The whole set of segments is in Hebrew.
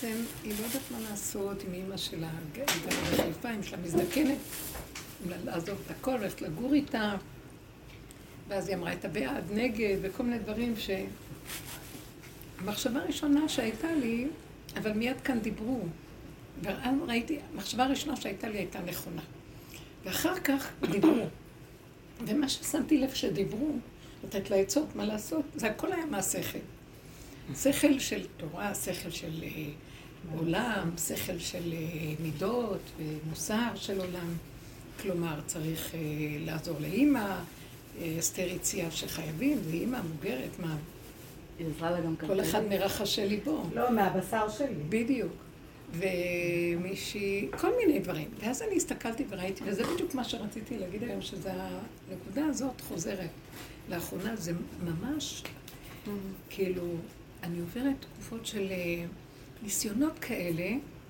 בעצם היא לא יודעת מה לעשות עם אמא שלה, היא גרה בחיפה, אמא שלה מזדקנת, לעזוב את הכל, הולכת לגור איתה, ואז היא אמרה את הבעד, נגד, וכל מיני דברים המחשבה הראשונה שהייתה לי, אבל מיד כאן דיברו, ואז ראיתי, המחשבה הראשונה שהייתה לי הייתה נכונה. ואחר כך דיברו. ומה ששמתי לב שדיברו, לתת לה עצות, מה לעשות, זה הכל היה מהשכל. שכל של תורה, שכל של עולם, שכל של מידות ומוסר של עולם. כלומר, צריך לעזור לאמא, אסתר הציעה שחייבים, זה אמא מוגרת, מה? כל אחד מרחשי ליבו. לא, מהבשר שלי. בדיוק. ומישהי, כל מיני דברים. ואז אני הסתכלתי וראיתי, וזה בדיוק מה שרציתי להגיד היום, שזה הנקודה הזאת חוזרת. לאחרונה זה ממש, כאילו, אני עוברת תקופות של ניסיונות כאלה,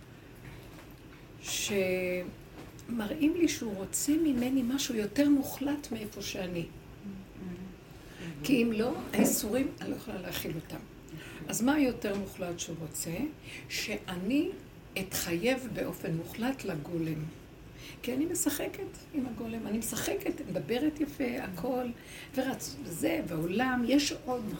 שמראים לי שהוא רוצה ממני משהו יותר מוחלט מאיפה שאני. כי אם לא, האיסורים, אני לא יכולה להכיל אותם. אז מה יותר מוחלט שהוא רוצה? שאני אתחייב באופן מוחלט לגולם. כי אני משחקת עם הגולם, אני משחקת, מדברת יפה, הכל, וזה, בעולם, יש עוד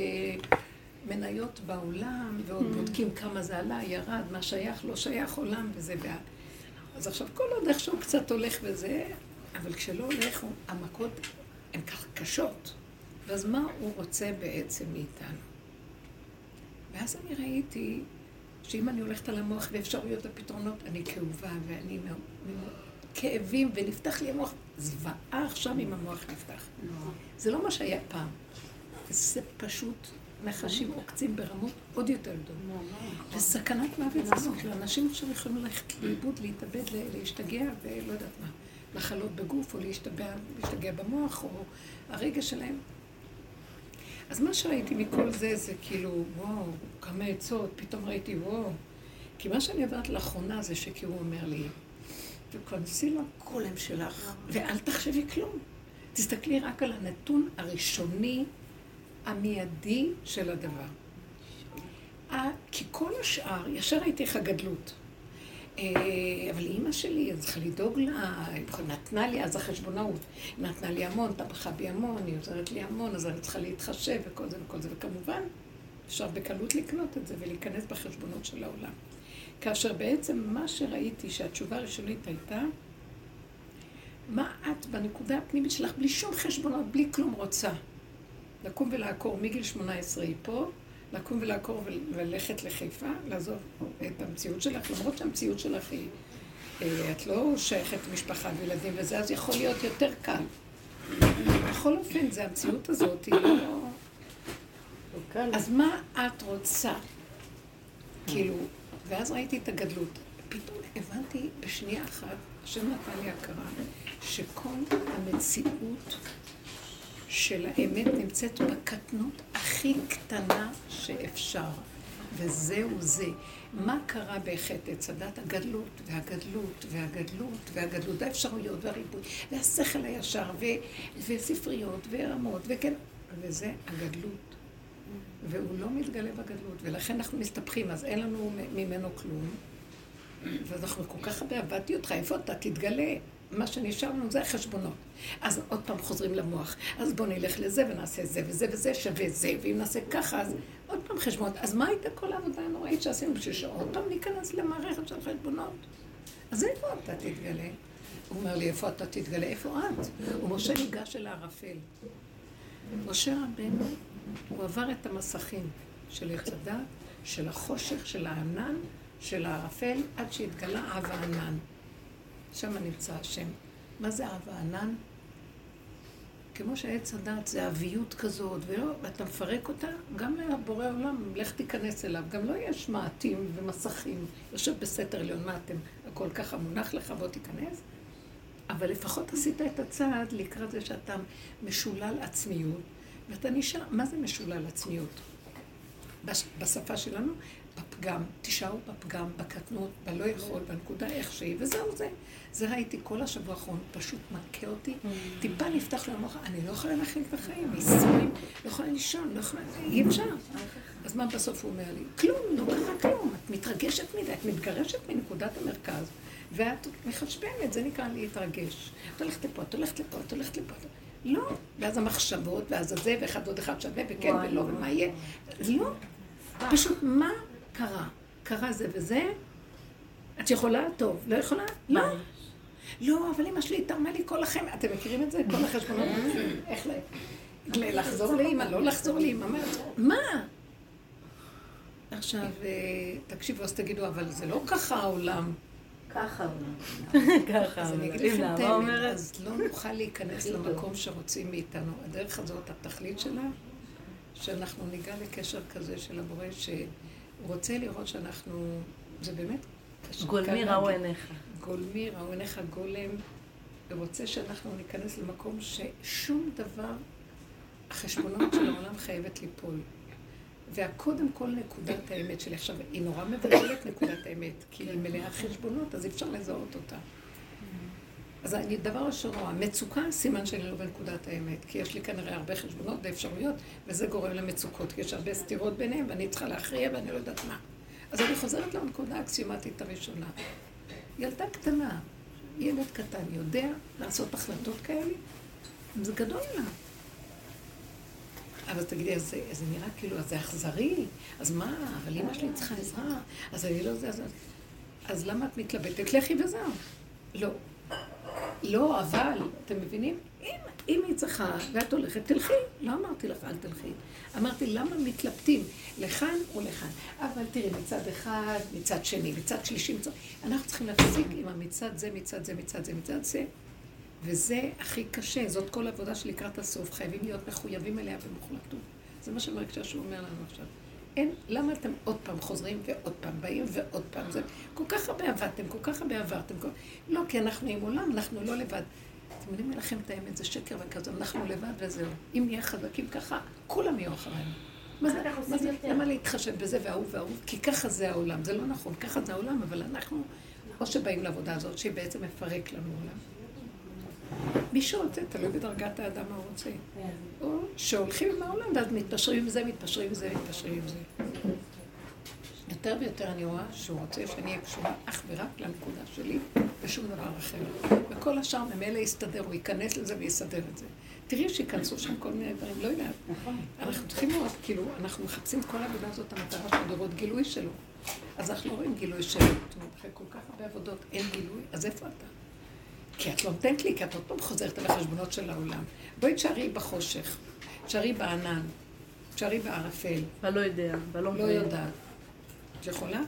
מניות בעולם, ועוד בודקים כמה זה עלה, ירד, מה שייך, לא שייך, עולם וזה. אז עכשיו כל עוד איכשהו קצת הולך וזה, אבל כשלא הולך, המכות הן כך קשות. ואז מה הוא רוצה בעצם מאיתנו? ואז אני ראיתי שאם אני הולכת על המוח ואפשרויות הפתרונות, אני כאובה ואני כאבים ונפתח לי המוח. זוועה עכשיו אם המוח נפתח. זה לא מה שהיה פעם. זה פשוט נחשים עוקצים ברמות עוד יותר גדולות. וסכנת מוות הזאת לאנשים עכשיו יכולים ללכת לאיבוד, להתאבד, להשתגע ולא יודעת מה. לחלות בגוף או להשתגע במוח או הרגע שלהם. אז מה שראיתי מכל זה, זה כאילו, וואו, כמה עצות, פתאום ראיתי, וואו. כי מה שאני יודעת לאחרונה זה שכאילו אומר לי, וכנסי לקולם שלך, ואל תחשבי כלום. תסתכלי רק על הנתון הראשוני, המיידי של הדבר. כי כל השאר, ישר הייתי איך הגדלות. אבל אימא שלי, אז צריכה לדאוג לה, היא נתנה לי, אז החשבונאות, היא נתנה לי המון, טבחה בי המון, היא עוזרת לי המון, אז אני צריכה להתחשב וכל זה וכל זה, וכמובן, אפשר בקלות לקנות את זה ולהיכנס בחשבונות של העולם. כאשר בעצם מה שראיתי שהתשובה הראשונית הייתה, מה את בנקודה הפנימית שלך, בלי שום חשבונות, בלי כלום רוצה, לקום ולעקור מגיל 18 היא פה, לקום ולעקור וללכת לחיפה, לעזוב את המציאות שלך, למרות שהמציאות שלך היא, את לא שייכת משפחה וילדים וזה, אז יכול להיות יותר קל. בכל אופן, זה המציאות הזאת, היא לא... אז מה את רוצה? כאילו, ואז ראיתי את הגדלות. פתאום הבנתי בשנייה אחת, השם נתן לי הכרה, שכל המציאות של האמת נמצאת בקטנות הכי קטנה שאפשר. וזהו זה. מה קרה בחטא צדת הגדלות והגדלות והגדלות והגדלות, האפשרויות והריבוי, והשכל הישר וספריות ורמות וכן, וזה הגדלות. והוא לא מתגלה בגדלות, ולכן אנחנו מסתבכים, אז אין לנו ממנו כלום. ואנחנו כל כך הרבה עבדתי אותך, איפה אתה תתגלה? מה שנשאר לנו זה החשבונות. אז עוד פעם חוזרים למוח. אז בוא נלך לזה ונעשה זה וזה וזה שווה זה, ואם נעשה ככה, אז עוד פעם חשבונות. אז מה הייתה כל העבודה הנוראית שעשינו בשביל שעוד פעם ניכנס למערכת של חשבונות? אז איפה אתה תתגלה? הוא אומר לי, איפה אתה תתגלה? איפה את? ומשה ניגש אל הערפל. משה רבנו, הוא עבר את המסכים של עץ הדת, של החושך, של הענן, של הערפל, עד שהתגלה אב הענן. שם נמצא השם. מה זה אב הענן? כמו שעץ הדת זה אביות כזאת, ואתה מפרק אותה, גם לבורא עולם, לך תיכנס אליו. גם לא יש מעטים ומסכים. יושב בסתר עליון, מה אתם, הכל ככה מונח לך, בוא תיכנס. אבל לפחות עשית את הצעד לקראת זה שאתה משולל עצמיות, ואתה נשאר, מה זה משולל עצמיות? בשפה שלנו, בפגם, תישארו בפגם, בקטנות, בלא יכול, בנקודה איך שהיא, וזהו זה. זה ראיתי כל השבוע האחרון, פשוט מכה אותי, טיפה נפתח לו המוח, אני לא יכולה להכין את החיים, ייסורים, לא יכולה לישון, לא יכולה, אי אפשר. אז מה בסוף הוא אומר לי? כלום, לא קרה כלום, את מתרגשת מדי, את מתגרשת מנקודת המרכז, ואת מחשבנת, זה נקרא להתרגש. את הולכת לפה, את הולכת לפה, את הולכת לפה. לא, ואז המחשבות, ואז זה, ואחד עוד אחד שווה, וכן ולא, ומה יהיה? לא, פשוט מה קרה? קרה זה וזה? את יכולה? טוב. לא יכולה? לא. לא, אבל אמא שלי תרמה לי כל החיים. אתם מכירים את זה? כל החשבונות? איך לחזור לאמא, לא לחזור לאמא. מה? עכשיו, תקשיבו, אז תגידו, אבל זה לא ככה העולם. ככה העולם. ככה. אז אני אגיד לכם את האמת, אז לא נוכל להיכנס למקום שרוצים מאיתנו. הדרך הזאת, התכלית שלה, שאנחנו ניגע לקשר כזה של הבורא, שהוא רוצה לראות שאנחנו, זה באמת קשה. גולמי ראו עיניך. גולמי ראו עיניך גולם, ורוצה שאנחנו ניכנס למקום ששום דבר, החשבונות של העולם חייבת ליפול. והקודם כל נקודת האמת שלי. עכשיו, היא נורא מבלבלת נקודת האמת, כי היא מלאה חשבונות, אז אפשר לזהות אותה. אז אני, דבר ראשון, המצוקה, סימן שאני לא בנקודת האמת, כי יש לי כנראה הרבה חשבונות ואפשרויות, וזה גורם למצוקות, כי יש הרבה סתירות ביניהם, ואני צריכה להכריע ואני לא יודעת מה. אז אני חוזרת לנקודה האקסיומטית הראשונה. ילדה קטנה, ילד קטן יודע לעשות החלטות כאלה, זה גדול לה. אבל תגידי, אז זה נראה כאילו, אז זה אכזרי, אז מה? אבל אמא שלי צריכה עזרה, אז אני לא זה, אז למה את מתלבטת? לכי וזהו. לא. לא, אבל, אתם מבינים? אם היא צריכה, ואת הולכת, תלכי. לא אמרתי לך, אל תלכי. אמרתי, למה מתלבטים? לכאן או לכאן. אבל תראי, מצד אחד, מצד שני, מצד שלישי, אנחנו צריכים להפסיק עם המצד זה, מצד זה, מצד זה, מצד זה. וזה הכי קשה, זאת כל עבודה שלקראת הסוף, חייבים להיות מחויבים אליה במוחלטות. זה מה שמרגשה שהוא אומר לנו עכשיו. אין, למה אתם עוד פעם חוזרים ועוד פעם באים ועוד פעם זה? כל כך הרבה עבדתם, כל כך הרבה עברתם. לא, כי אנחנו עם עולם, אנחנו לא לבד. אתם יודעים לכם את האמת, זה שקר וכזה, אנחנו לבד וזהו. אם נהיה חזקים ככה, כולם יהיו אחרינו. מה זה? למה להתחשב בזה וההוא וההוא? כי ככה זה העולם, זה לא נכון, ככה זה העולם, אבל אנחנו, או שבאים לעבודה הזאת, שהיא בעצם מפרק לנו עולם. מי שרוצה, תלוי בדרגת האדם מה הוא רוצה. או שהולכים עם העולם, ואז מתפשרים עם זה, מתפשרים עם זה, מתפשרים עם זה. יותר ויותר אני רואה שהוא רוצה שאני אהיה קשורה אך ורק לנקודה שלי, ושום דבר אחר. וכל השאר ממילא יסתדר, הוא ייכנס לזה ויסדר את זה. תראי שיכנסו שם כל מיני דברים, לא יודעת. אנחנו צריכים לראות, כאילו, אנחנו מחפשים כל העבודה הזאת, המטרה של לראות גילוי שלו. אז אנחנו רואים גילוי שלו. זאת אומרת, אחרי כל כך הרבה עבודות אין גילוי, אז איפה אתה? כי את לא נותנת לי, כי את עוד פעם חוזרת על החשבונות של העולם. בואי תשארי בחושך, תשארי בענן, תשארי בערפל. ולא יודע, ולא לא יודעת. את יכולה?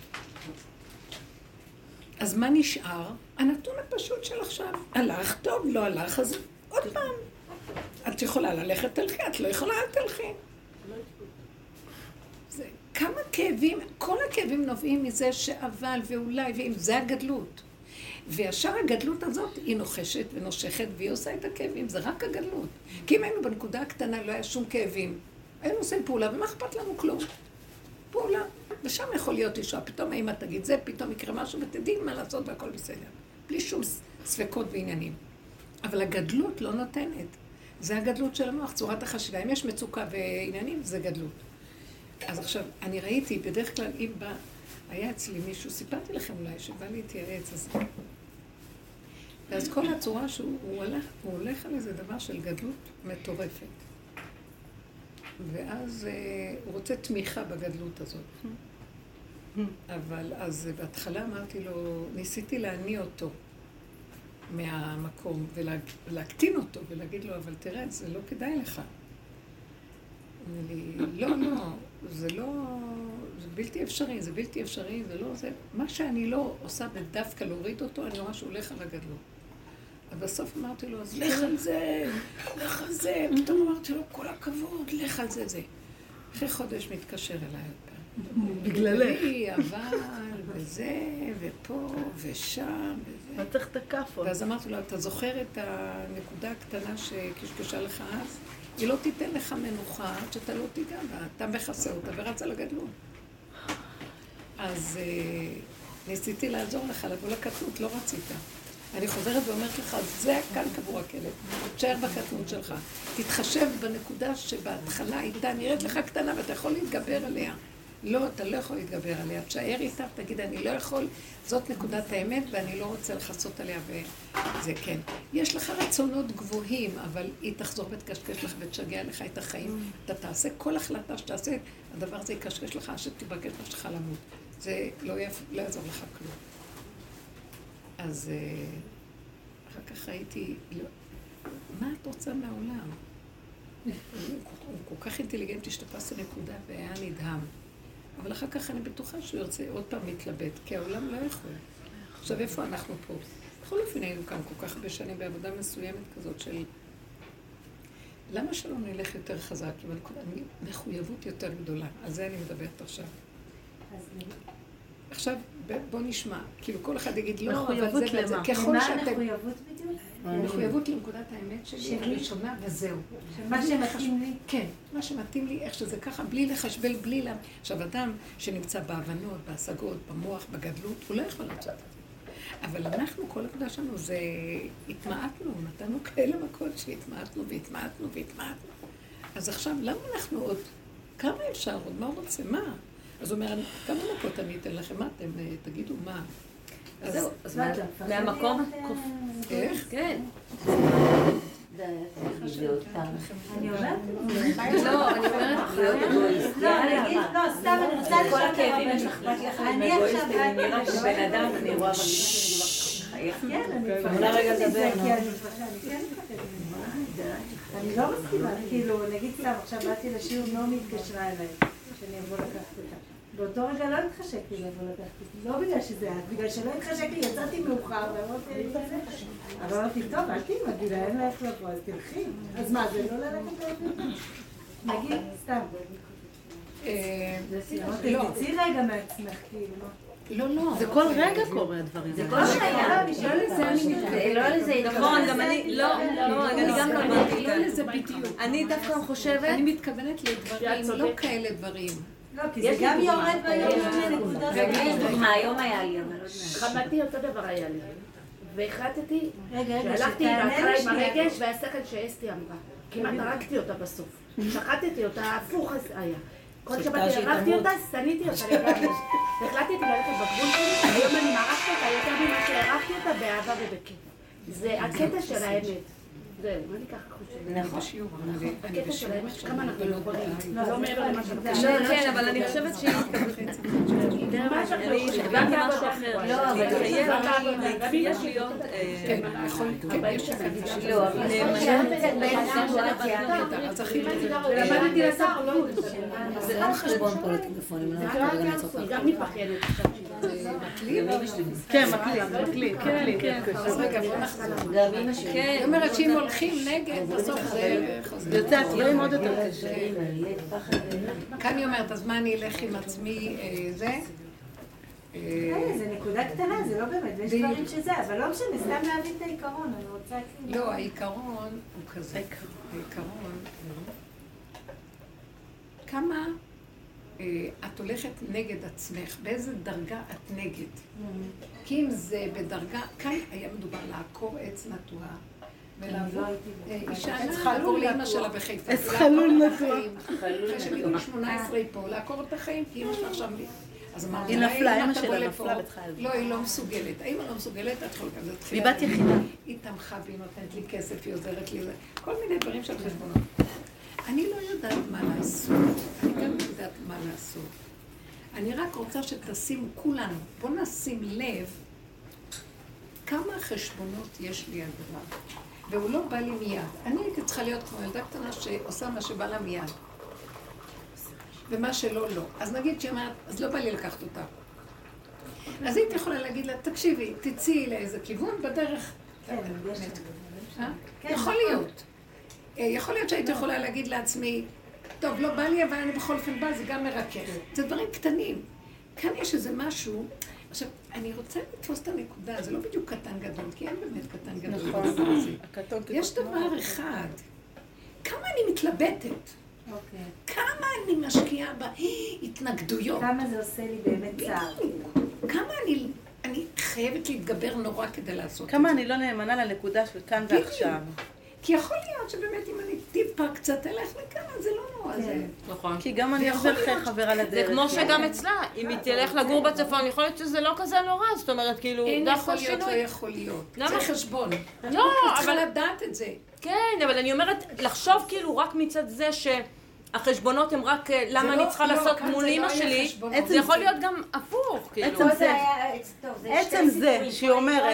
אז מה נשאר? הנתון הפשוט של עכשיו. הלך טוב, לא הלך, אז עוד פעם. את יכולה ללכת תלכי, את לא יכולה, אל תלכי. זה, כמה כאבים, כל הכאבים נובעים מזה שאבל ואולי, ואם זה הגדלות. והשאר הגדלות הזאת היא נוחשת ונושכת והיא עושה את הכאבים, זה רק הגדלות. כי אם היינו בנקודה הקטנה לא היה שום כאבים, היינו עושים פעולה ומה אכפת לנו כלום? פעולה. ושם יכול להיות ישועה, פתאום האמא תגיד זה, פתאום יקרה משהו ותדעי מה לעשות והכל בסדר. בלי שום ספקות ועניינים. אבל הגדלות לא נותנת. זה הגדלות של המוח, צורת החשיבה. אם יש מצוקה ועניינים, זה גדלות. אז עכשיו, אני ראיתי, בדרך כלל אם בא, היה אצלי מישהו, סיפרתי לכם אולי, שבא להתייעץ אז. ואז כל הצורה שהוא הולך על איזה דבר של גדלות מטורפת. ואז הוא רוצה תמיכה בגדלות הזאת. אבל אז בהתחלה אמרתי לו, ניסיתי להניע אותו מהמקום ולהקטין אותו ולהגיד לו, אבל תראה, זה לא כדאי לך. אמר לי, לא, זה לא, זה בלתי אפשרי, זה בלתי אפשרי, זה לא, זה, מה שאני לא עושה בדווקא להוריד אותו, אני רואה שהוא הולך על הגדלות. אבל בסוף אמרתי לו, אז לך על זה, לך על זה, פתאום אמרתי לו, כל הכבוד, לך על זה, זה. אחרי חודש מתקשר אליי עוד פעם. בגללך. אבל, וזה, ופה, ושם, וזה. מה צריך את הכאפות? ואז אמרתי לו, אתה זוכר את הנקודה הקטנה שקשקשה לך אז? היא לא תיתן לך מנוחה עד שאתה לא תיגע בה, אתה מכסה אותה ורץ על הגדלות. אז ניסיתי לעזור לך לבוא לקטנות, לא רצית. אני חוזרת ואומרת לך, זה כאן קבור הכלב. תשאר בקטנות שלך. תתחשב בנקודה שבהתחלה הייתה נראית לך קטנה ואתה יכול להתגבר עליה. לא, אתה לא יכול להתגבר עליה. תשאר איתה, תגיד, אני לא יכול, זאת נקודת האמת ואני לא רוצה לחסות עליה וזה כן. יש לך רצונות גבוהים, אבל היא תחזור ותקשקש לך ותשגע לך את החיים. אתה תעשה כל החלטה שתעשה, הדבר הזה יקשקש לך, שתבקש לך למות. זה לא יעזור לך כלום. אז אחר כך ראיתי, מה את רוצה מהעולם? הוא כל כך אינטליגנטי שתפס נקודה והיה נדהם. אבל אחר כך אני בטוחה שהוא ירצה עוד פעם להתלבט, כי העולם לא יכול. עכשיו איפה אנחנו פה? בכל אופן היינו כאן כל כך הרבה שנים בעבודה מסוימת כזאת של... למה שלא נלך יותר חזק? אבל מחויבות יותר גדולה. על זה אני מדברת עכשיו. עכשיו בוא נשמע, כאילו כל אחד יגיד לא, אבל זה וזה. ככל שאתם... מה המחויבות בדיוק? מחויבות לנקודת האמת שלי, הראשונה, וזהו. מה שמתאים לי? כן, מה שמתאים לי, איך שזה ככה, בלי לחשבל, בלי לה... עכשיו, אדם שנמצא בהבנות, בהשגות, במוח, בגדלות, הוא לא יכול לעשות את זה. אבל אנחנו, כל עבודה שלנו, זה... התמעטנו, נתנו כאלה מכות שהתמעטנו והתמעטנו והתמעטנו. אז עכשיו, למה אנחנו עוד... כמה אפשר עוד? מה הוא רוצה? מה? אז הוא אומר, כמה מכות אני אתן לכם? מה אתם תגידו? מה? אז זהו, אז מהמקום... איך? כן. אני אומרת? לא, אני אומרת... לא, סתם אני רוצה כל הכאבים יש לך. אני עכשיו... נראה שבן אדם, אני רואה כן, אני מפחדת מזה, כי אני כן מפחדת מזה. אני לא מסכימה, כאילו, נגיד סתם, עכשיו באתי לשיעור, נעמי התקשרה אליי, שאני אבוא לקחת אותה. באותו רגע לא התחשק לי לבוא לקחת אותי, לא בגלל שזה את, בגלל שלא התחשק לי, יצאתי מאוחר, ואמרתי לי את זה. אבל אמרתי, טוב, אל תלמדי לה, אין לה איך לבוא, אז תלכי. אז מה, זה לא ללכת לבוא? נגיד, סתם. אמרתי, תצאי רגע מעצמך, כאילו. לא, לא. זה כל רגע קורה הדברים. זה כל רגע. לא לזה אני מתכוונת. לא לזה. נכון, גם אני, אני גם לא אמרתי. לא לזה בדיוק. אני דווקא חושבת... אני מתכוונת לדברים, לא כאלה דברים. לא, כי זה גם יורד ביום מהנקודה. היום היה לי, אבל חמדתי אותו דבר היה לי. והחלטתי, רגע, שהלכתי בהתחלה עם הרגש והשכל שאסתי אמרה. כמעט הרגתי אותה בסוף. שחטתי אותה, הפוך היה. כל שבת הרגתי אותה, שניתי אותה לגמרי. והחלטתי ללכת בגבול שלי, היום אני מערכת אותה יותר ממה שהרגתי אותה באהבה ובכיף. זה הקטע של האמת. זהו, אני ככה חושבת. נכון. הקטע של האמת, כמה אנחנו לא בונים. לא מעבר למה שאנחנו כן, אבל אני חושבת שהיא... גם משהו אחר. לא, אבל יש להיות... כן, יכול להיות. לא, אבל אז הכי למדתי לשר, לא זה לא חשבון פה לטלפונים, היא גם מתפחדת. כן, מקליט. כן. אז רגע, בוא נחזור. גם אמא שלי. היא אומרת שאם הולכים נגד, בסוף זה חוזר. יוצא הצבעים עוד יותר קשה. כאן היא אומרת, אז מה אני אלך עם עצמי, זה? זה נקודה קטנה, זה לא באמת, ויש דברים שזה, אבל לא משנה, סתם להבין את העיקרון, אני רוצה... לא, העיקרון הוא כזה. העיקרון, כמה את הולכת נגד עצמך, באיזה דרגה את נגד. כי אם זה בדרגה, כאן היה מדובר לעקור עץ נטוע, ולעבור, אישה לעקור לאמא שלה בחיפה. עץ חלול נטוע. אחרי שבגיל 18 פה, לעקור את החיים, כי אמא שלה עכשיו... היא נפלה, אמא שלה נפלה בתחילה. לא, היא לא מסוגלת. האמא לא מסוגלת, את יכולה כזה תחילה. היא בת יחידה. היא תמכה והיא נותנת לי כסף, היא עוזרת לי. כל מיני דברים של חשבונות. אני לא יודעת מה לעשות. אני גם לא יודעת מה לעשות. אני רק רוצה שתשימו כולנו, בואו נשים לב כמה חשבונות יש לי על דבר. והוא לא בא לי מיד. אני הייתי צריכה להיות כמו ילדה קטנה שעושה מה שבא לה מיד. ומה שלא, לא. אז נגיד שהיא אומרת, אז לא בא לי לקחת אותה. אז הייתי יכולה להגיד לה, תקשיבי, תצאי לאיזה כיוון בדרך. יכול להיות. יכול להיות שהייתי יכולה להגיד לעצמי, טוב, לא בא לי, אבל אני בכל אופן בא, זה גם מרכך. זה דברים קטנים. כאן יש איזה משהו, עכשיו, אני רוצה לתפוס את הנקודה, זה לא בדיוק קטן גדול, כי אין באמת קטן גדול. יש דבר אחד, כמה אני מתלבטת. כמה אני משקיעה בהתנגדויות. כמה זה עושה לי באמת צער. כמה אני חייבת להתגבר נורא כדי לעשות את זה. כמה אני לא נאמנה לנקודה של כאן ועכשיו. כי יכול להיות שבאמת אם אני טיפה קצת אלך לכאן, זה לא נורא. נכון. כי גם אני אחזיר חברה לדרך. זה כמו שגם אצלה, אם היא תלך לגור בצפון, יכול להיות שזה לא כזה נורא, זאת אומרת, כאילו, אין יכול דווקא להיות, לא שינוי. יכול להיות. למה? זה חשבון. לא, צריכה אבל... לדעת את זה. כן, אבל אני אומרת, לחשוב כאילו רק מצד זה שהחשבונות הם רק למה אני צריכה לעשות מול אמא שלי, זה יכול להיות גם הפוך, כאילו. עצם זה שהיא אומרת,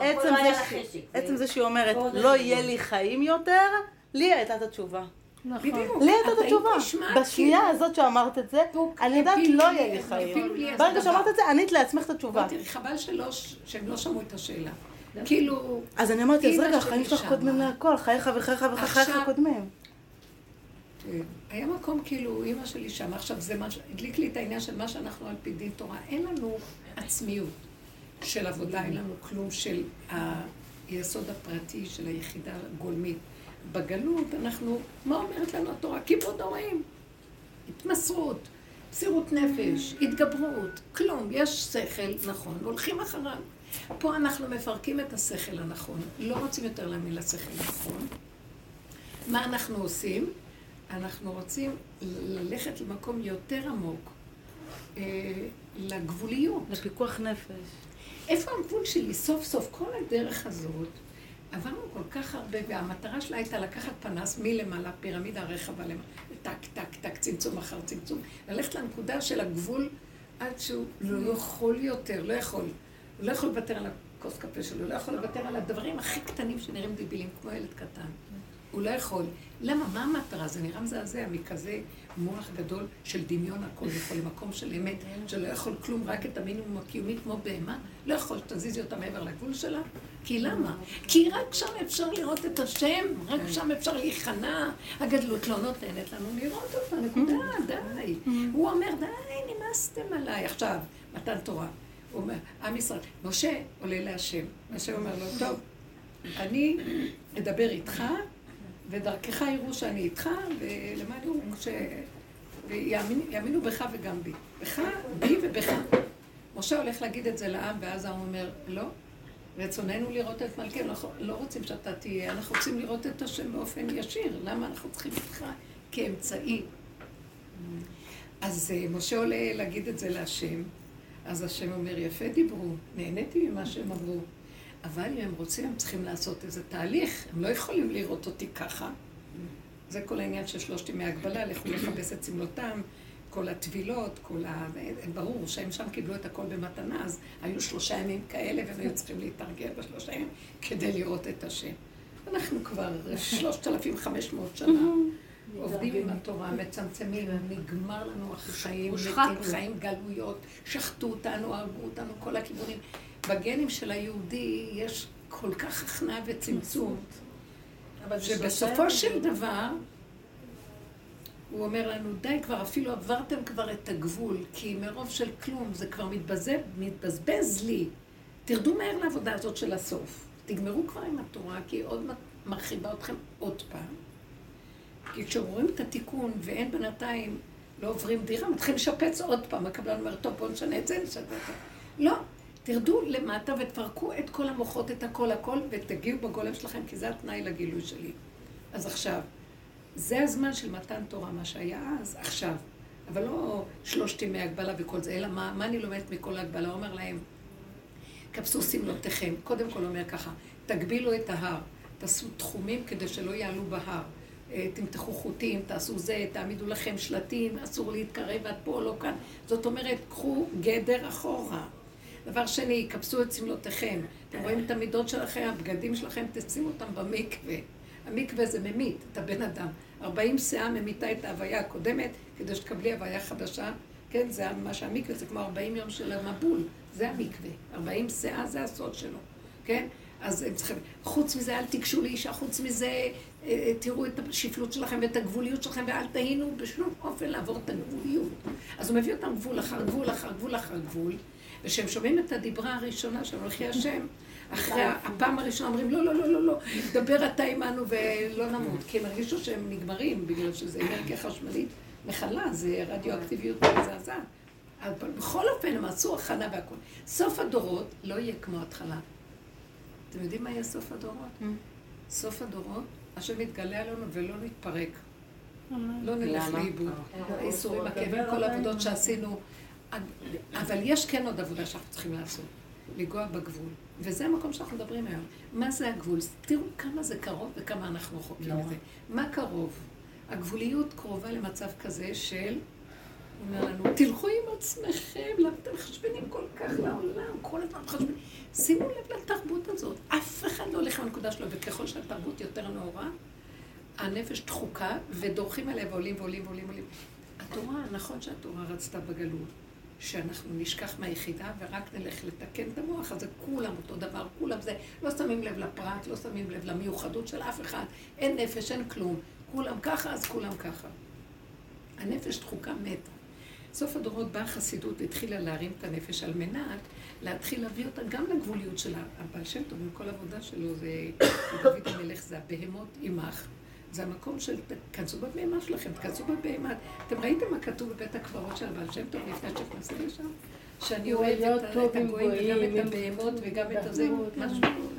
עצם זה שהיא אומרת, לא יהיה לי חיים יותר, לי הייתה את התשובה. בדיוק. לי הייתה את התשובה. בשנייה הזאת שאמרת את זה, אני יודעת לא יהיה לי חיים. ברגע שאמרת את זה, ענית לעצמך את התשובה. תראי, חבל שהם לא שמעו את השאלה. כאילו... אז אני אמרתי, אז רגע, החיים שלך קודמים להכל, חייך וחייך וחייך קודמים. היה מקום כאילו, אמא שלי שם, עכשיו זה מה, הדליק לי את העניין של מה שאנחנו על פי דין תורה, אין לנו עצמיות של עבודה, אין לנו כלום של היסוד הפרטי של היחידה הגולמית. בגלות אנחנו, מה אומרת לנו התורה? כיבוד הורים, התמסרות, מסירות נפש, התגברות, כלום, יש שכל נכון, הולכים אחריו. פה אנחנו מפרקים את השכל הנכון, לא רוצים יותר להאמין לשכל הנכון. מה אנחנו עושים? אנחנו רוצים ללכת למקום יותר עמוק, לגבוליות. לפיקוח נפש. איפה הגבול שלי? סוף סוף כל הדרך הזאת, עברנו כל כך הרבה, והמטרה שלה הייתה לקחת פנס מלמעלה, פירמידה הרחבה למעלה, טק, טק, טק, צמצום אחר צמצום, ללכת לנקודה של הגבול עד שהוא לא יכול יותר, לא יכול. הוא לא יכול לוותר על הכוס קפה שלו, הוא לא יכול לוותר על הדברים הכי קטנים שנראים דבילים, כמו ילד קטן. הוא לא יכול. למה? מה המטרה? זה נראה מזעזע מכזה מוח גדול של דמיון הכל יכול למקום של אמת, שלא יכול כלום, רק את המינימום הקיומי כמו בהמה. לא יכול שתזיזי אותה מעבר לגבול שלה. כי למה? כי רק שם אפשר לראות את השם, רק שם אפשר להיכנע. הגדלות לא נותנת לנו לראות אותה, נקודה, די. הוא אומר, די, נמאסתם עליי. עכשיו, מתן תורה. הוא אומר, עם ישראל, משה עולה להשם. משה אומר לו, טוב, אני אדבר איתך, ודרכך יראו שאני איתך, ולמדו ויאמינו בך וגם בי. בך, בי ובך. משה הולך להגיד את זה לעם, ואז הוא אומר, לא, רצוננו לראות את מלכנו, אנחנו לא רוצים שאתה תהיה, אנחנו רוצים לראות את השם באופן ישיר. למה אנחנו צריכים איתך כאמצעי? אז משה עולה להגיד את זה להשם, אז השם אומר, יפה דיברו, נהניתי ממה שהם אמרו. אבל אם הם רוצים, הם צריכים לעשות איזה תהליך, הם לא יכולים לראות אותי ככה. זה כל העניין של 3 ימי הגבלה, לכו לכבס את סמלותם, כל הטבילות, ברור שהם שם קיבלו את הכל במתנה, אז היו 3 ימים כאלה, והם היו צריכים להתארגל ב3 ימים כדי לראות את השם. אנחנו כבר 3,500 שנה עובדים עם התורה, מצמצמים, נגמר לנו החיים, חיים גלויות, שחטו אותנו, הרגו אותנו, כל הכיוונים. בגנים של היהודי יש כל כך הכנעה וצמצום, שבסופו של דבר, הוא אומר לנו, די, כבר אפילו עברתם כבר את הגבול, כי מרוב של כלום זה כבר מתבזבז לי. תרדו מהר לעבודה הזאת של הסוף. תגמרו כבר עם התורה, כי היא עוד מרחיבה אתכם עוד פעם. כי כשרואים את התיקון ואין בינתיים, לא עוברים דירה, מתחילים לשפץ עוד פעם. הקבלן אומר, טוב, בואו נשנה את זה, נשנה את זה. לא. תרדו למטה ותפרקו את כל המוחות, את הכל, ותגיעו בגולם שלכם, כי זה התנאי לגילוי שלי. אז עכשיו, זה הזמן של מתן תורה, מה שהיה אז, עכשיו. אבל לא 3 ימי הגבלה וכל זה, אלא מה אני לומדת מכל ההגבלה? הוא אומר להם, כבסו סמלותיכם. קודם כל אומר ככה, תגבילו את ההר, תעשו תחומים כדי שלא יעלו בהר. תמתחו חוטים, תעשו זה, תעמידו לכם שלטים, אסור להתקרב עד פה, לא כאן. זאת אומרת, קחו גדר אחורה. דבר שני, כבסו את סמלותיכם. אתם רואים את המידות שלכם, הבגדים שלכם, תשימו אותם במקווה. המקווה זה ממית, את הבן אדם. 40 שעה ממיתה את ההוויה הקודמת, כדי שתקבלי הוויה חדשה. כן, זה מה שהמקווה, זה כמו 40 יום של המבול. זה המקווה. 40 שעה זה הסוד שלו. כן? אז הם צריכים, חוץ מזה, אל תיגשו לאישה, חוץ מזה, תראו את השפלות שלכם ואת הגבוליות שלכם, ואל תהינו בשום אופן לעבור את הגבוליות. אז הוא מביא אותם גבול אחר גבול אחר גבול אחר גבול, ושהם שומעים את הדיברה הראשונה של מלכי השם, אחרי הפעם הראשונה אומרים, לא, לא, לא, לא, לא, דבר אתה עמנו ולא נמות, כי הם הרגישו שהם נגמרים, בגלל שזה אנרגיה חשמלית מחלה, זה רדיואקטיביות מזעזעת. אבל בכל אופן הם עשו הכנה והכל. סוף הדורות לא יהיה כמו התחלה. אתם יודעים מה יהיה סוף הדורות? סוף הדורות, השם יתגלה עלינו ולא נתפרק. לא נלך לאיבוד. האיסורים, הכאבים, כל העבודות שעשינו. אבל יש כן עוד עבודה שאנחנו צריכים לעשות. לגוע בגבול. וזה המקום שאנחנו מדברים היום. מה זה הגבול? תראו כמה זה קרוב וכמה אנחנו רחוקים מזה. מה קרוב? הגבוליות קרובה למצב כזה של, אומר לנו, תלכו עם עצמכם, למה אתם חשבנים כל כך לעולם? כל הזמן חשבנים. שימו לב לתרבות הזאת. אף אחד לא הולך לנקודה שלו, וככל שהתרבות יותר נאורה, הנפש דחוקה, ודורכים עליה ועולים ועולים ועולים ועולים. התורה, נכון שהתורה רצתה בגלות, שאנחנו נשכח מהיחידה ורק נלך לתקן את המוח, אז זה כולם אותו דבר, כולם זה, לא שמים לב לפרט, לא שמים לב למיוחדות של אף אחד, אין נפש, אין כלום, כולם ככה, אז כולם ככה. הנפש דחוקה מתה. סוף הדורות באה החסידות, התחילה להרים את הנפש על מנת, להתחיל להביא אותה גם לגבוליות שלה. הבעל שם טוב, כל עבודה שלו זה, דוד המלך זה הבהמות עמך. זה המקום של, תכנסו בבהמה שלכם, תכנסו בבהמה. אתם ראיתם מה כתוב בבית הקברות של הבעל שם טוב לפני שכנסים לשם? שאני אוהב את הגויים וגם את הבהמות וגם את הזה, משהו.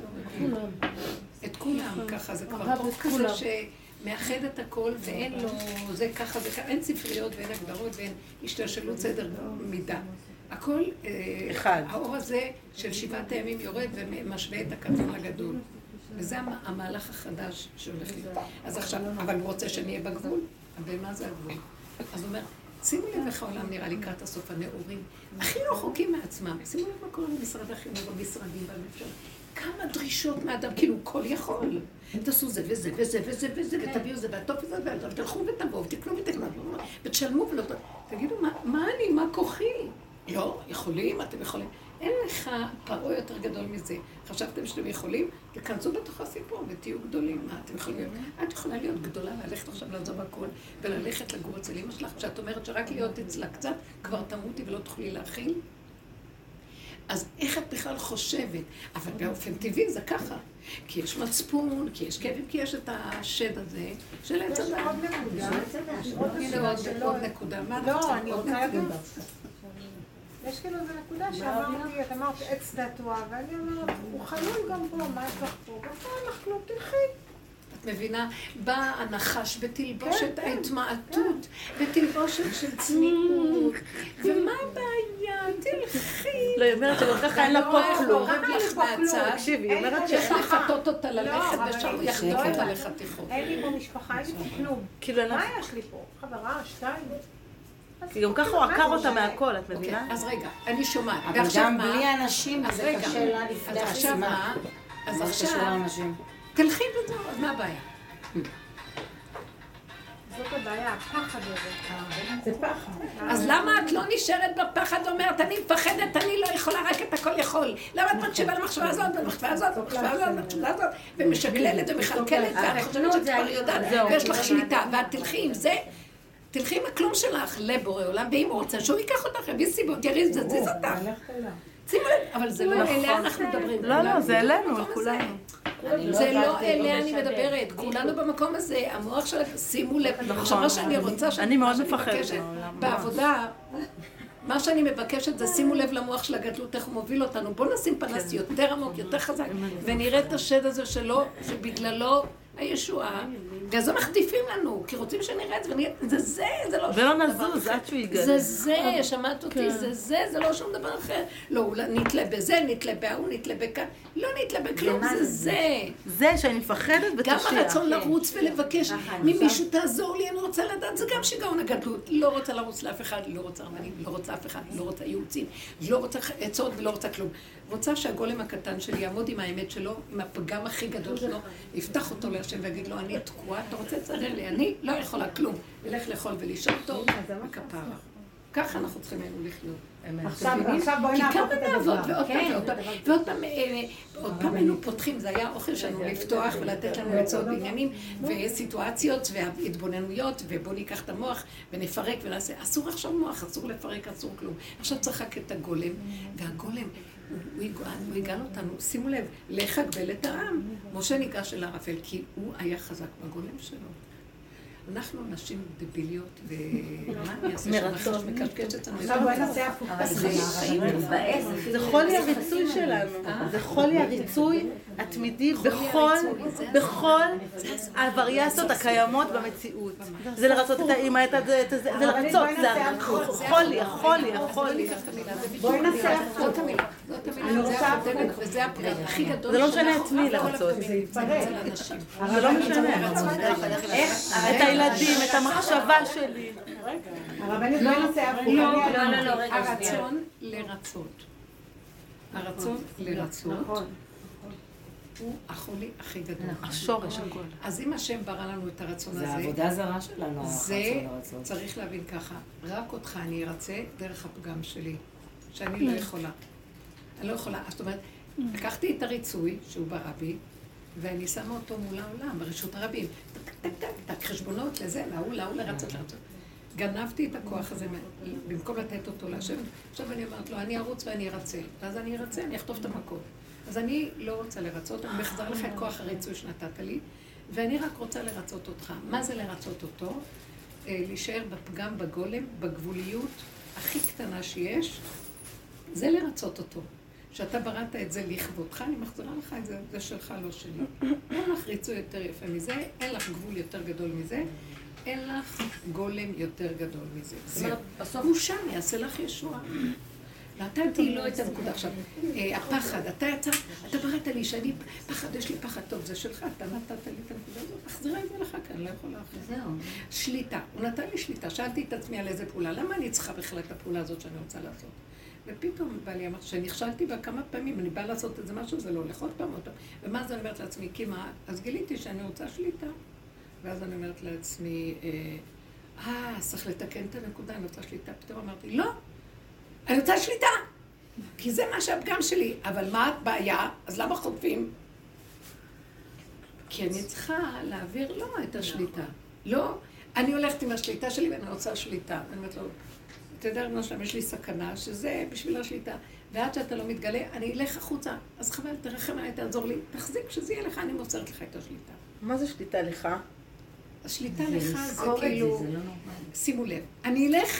את כולם, ככה, זה כבר חוק כזה שמאחד את הכל ואין לו, זה ככה, אין ספריות ואין הגדרות ואין השתלשלות סדר מידה. הכל, האור הזה של 7 הימים יורד ומשווה את הקטן לגדול. וזה המהלך החדש שהולך להיות. אז עכשיו, אבל הוא רוצה שנהיה בגבול. ומה זה הגבול? אז הוא אומר, שימו לב איך העולם נראה לקראת הסוף, הנאורים, הכי רחוקים מעצמם. שימו לב מה קורה במשרד החינוך, במשרדים, בממשלה. כמה דרישות מאדם, כאילו כל יכול. תעשו זה וזה וזה וזה וזה, ותביאו זה והטוב וזה, ותלכו ותבואו, ותקנו ותקנו, ותשלמו ולא... תגידו, מה אני, מה כוחי? לא, יכולים, אתם יכולים. אין לך פרעה יותר גדול מזה. חשבתם שאתם יכולים? תכנסו בתוך הסיפור ותהיו גדולים. מה אתם יכולים להיות? את יכולה להיות גדולה, ללכת עכשיו לעזוב הכל, וללכת לגור אצל אמא שלך, כשאת אומרת שרק להיות אצלה קצת, כבר תמותי ולא תוכלי להכיל. אז איך את בכלל חושבת? אבל באופן טבעי זה ככה. כי יש מצפון, כי יש כאבים, כי יש את השד הזה של עץ הדת. יש עוד נקודה. לא, אני רוצה להגיד. יש כאילו איזו נקודה שאמרתי, את אמרת עץ דתואה, ואני אומרת, הוא חלול גם פה, מה יש לך פה? ופה לך לא תלכי. את מבינה? בא הנחש בתלבושת ההתמעטות, בתלבושת של צניעות. ומה הבעיה? תלכי. לא, היא אומרת שגם ככה אין לה פה כלום. תקשיבי, היא אומרת שיש לפתות אותה ללכת ושם יחדוק אותה לחתיכות. אין לי פה משפחה, אין לי פה כלום. מה יש לי פה? חברה, 2? כי גם ככה הוא עקר אותה מהכל, את מבינה? אז רגע, אני שומעת. אבל גם בלי אנשים זה קשה לה לפתח סימן. אז עכשיו, תלכי וזהו, אז מה הבעיה? זאת הבעיה, הפחד הזה. זה פחד. אז למה את לא נשארת בפחד ואומרת, אני מפחדת, אני לא יכולה, רק את הכל יכול. למה את מקשיבה למחשבה הזאת, ולמחשבה הזאת, ולמחשבה הזאת, ולמחשבה הזאת, ומשקללת ומחלקלת, ואת חושבת שאת כבר יודעת, ויש לך שליטה, ואת תלכי עם זה, תלכי עם הכלום שלך לבורא עולם, ואם הוא רוצה שהוא ייקח אותך, יביא סיבות, יריז, זזיז אותך. שימו לב, אבל זה לא אליה אנחנו מדברים. לא, זה אלינו, לכולנו. זה לא אליה אני מדברת, כולנו במקום הזה, המוח שלך, שימו לב. עכשיו מה שאני רוצה, אני מאוד מפחדת בעבודה, מה שאני מבקשת זה שימו לב למוח של הגדלות, איך הוא מוביל אותנו. בואו נשים פנס יותר עמוק, יותר חזק, ונראה את השד הזה שלו, שבגללו הישועה, ואז הם מחטיפים לנו, כי רוצים שנראה את זה, זה לא שום דבר אחר. ולא נזוז, עד שהוא יגלה. זה, שמעת אותי, זה לא שום דבר אחר. לא, נתלה בזה, נתלה בהוא, נתלה בכאן, לא נתלה בכלום, זה. זה שאני מפחדת ותשיח. גם הרצון לרוץ ולבקש ממישהו תעזור לי, אני רוצה לדעת, זה גם שיגעון הגדלות. לא רוצה לרוץ לאף אחד, לא רוצה רבנים, לא רוצה אף אחד, לא רוצה ייעוצים, לא רוצה עצות ולא רוצה כלום. רוצה שהגולם הקטן שלי יעמוד עם האמת שלו, עם הפגם הכי גדול שלו, יפתח אותו להשם ויגיד לו, אני תקועה, אתה רוצה לצרר לי, אני לא יכולה כלום. ילך לאכול ולישון טוב, וכפרה. ככה אנחנו צריכים היינו לחיות. עכשיו בואי נעבור את הדבר. ועוד פעם היינו פותחים, זה היה אוכל שלנו לפתוח ולתת לנו עצות בעניינים וסיטואציות והתבוננויות, ובוא ניקח את המוח ונפרק ונעשה, אסור עכשיו מוח, אסור לפרק, אסור כלום. עכשיו צריך רק את הגולם, והגולם, הוא יגאל אותנו, שימו לב, לך הגבל את העם. משה ניגש אל הערפל, כי הוא היה חזק בגולם שלו. אנחנו נשים דביליות, ומה אני אעשה שאנחנו מקשקשת לנו? עכשיו בואי נעשה הפוך. זה חולי הריצוי שלנו. זה חולי הריצוי התמידי בכל הווריאציות הקיימות במציאות. זה לרצות את האמא, זה לרצות, זה החולי. בואי נעשה הפוך. זאת המילה, וזה הפרט הכי גדול. זה לא משנה את מי לרצות. זה לא משנה. את הילדים, את המחשבה שלי. הרבנית, בואי נעשה הפוך. הרצון לרצות. הרצון לרצות הוא החולי הכי גדול. השורש הכל. אז אם השם ברא לנו את הרצון הזה, זה העבודה זרה שלנו, זה צריך להבין ככה, רק אותך אני ארצה דרך הפגם שלי, שאני לא יכולה. אני לא יכולה. זאת אומרת, לקחתי את הריצוי שהוא ברא בי, ואני שמה אותו מול העולם, ברשות הרבים. טק, חשבונות לזה, להוא לרצות. גנבתי את הכוח הזה, במקום לתת אותו להשם. עכשיו אני אומרת לו, אני ארוץ ואני ארצה. ואז אני ארצה, אני אכתוב את המקום. אז אני לא רוצה לרצות, אני מחזר לך את כוח הריצוי שנתת לי, ואני רק רוצה לרצות אותך. מה זה לרצות אותו? להישאר בפגם, בגולם, בגבוליות הכי קטנה שיש, זה לרצות אותו. שאתה בראת את זה לכבודך, אני מחזירה לך את זה, זה שלך, לא שלי. אין לך ריצוי יותר יפה מזה, אין לך גבול יותר גדול מזה, אין לך גולם יותר גדול מזה. בסוף הוא שם, יעשה לך ישועה. נתתי לו את הנקודה. עכשיו, הפחד, אתה בראת לי שאני פחד, יש לי פחד טוב, זה שלך, אתה נתת לי את הנקודה הזאת, מחזירה את זה לך כאן, לא יכולה אחרי. זהו. שליטה, הוא נתן לי שליטה, שאלתי את עצמי על איזה פעולה, למה אני צריכה בכלל את הפעולה הזאת שאני רוצה לעשות? ופתאום בא לי, אמרתי שנכשלתי בה כמה פעמים, אני באה לעשות את זה משהו, זה לא הולך עוד פעם. ומה זה אני אומרת לעצמי, כי מה? אז גיליתי שאני רוצה שליטה. ואז אני אומרת לעצמי, צריך לתקן את הנקודה, אני רוצה שליטה. פתאום אמרתי, לא, אני רוצה שליטה, כי זה מה שהפגם שלי. אבל מה הבעיה? אז למה חוטפים? כי אני צריכה להעביר לו את השליטה. לא, אני הולכת עם השליטה שלי ואני רוצה שליטה. אני אומרת לו, אתה יודע, רבנו שלם, יש לי סכנה, שזה בשביל השליטה. ועד שאתה לא מתגלה, אני אלך החוצה. אז חבל, תרחם עליי, תעזור לי. תחזיק שזה יהיה לך, אני מוסרת לך את השליטה. מה זה שליטה לך? השליטה לך זה כאילו... שימו לב, אני אלך,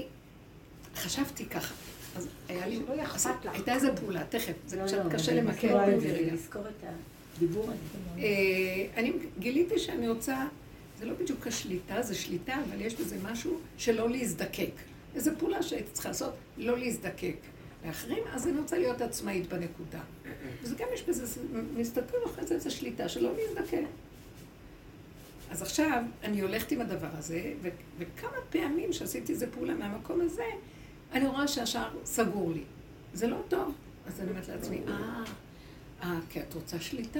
חשבתי ככה. אז היה לי... הייתה איזו פעולה, תכף, זה קצת קשה למקר ברגע. לזכור את הדיבור הזה. אני גיליתי שאני רוצה... זה לא בדיוק השליטה, זה שליטה, אבל יש בזה משהו שלא להזדקק. איזו פעולה שהייתי צריכה לעשות, לא להזדקק לאחרים, אז אני רוצה להיות עצמאית בנקודה. וזה גם יש בזה, מסתכל אחרי זה, איזו שליטה שלא להזדקק. אז עכשיו אני הולכת עם הדבר הזה, וכמה פעמים שעשיתי איזו פעולה מהמקום הזה, אני רואה שהשאר סגור לי. זה לא טוב. אז אני אומרת לעצמי, כי את רוצה שליטה.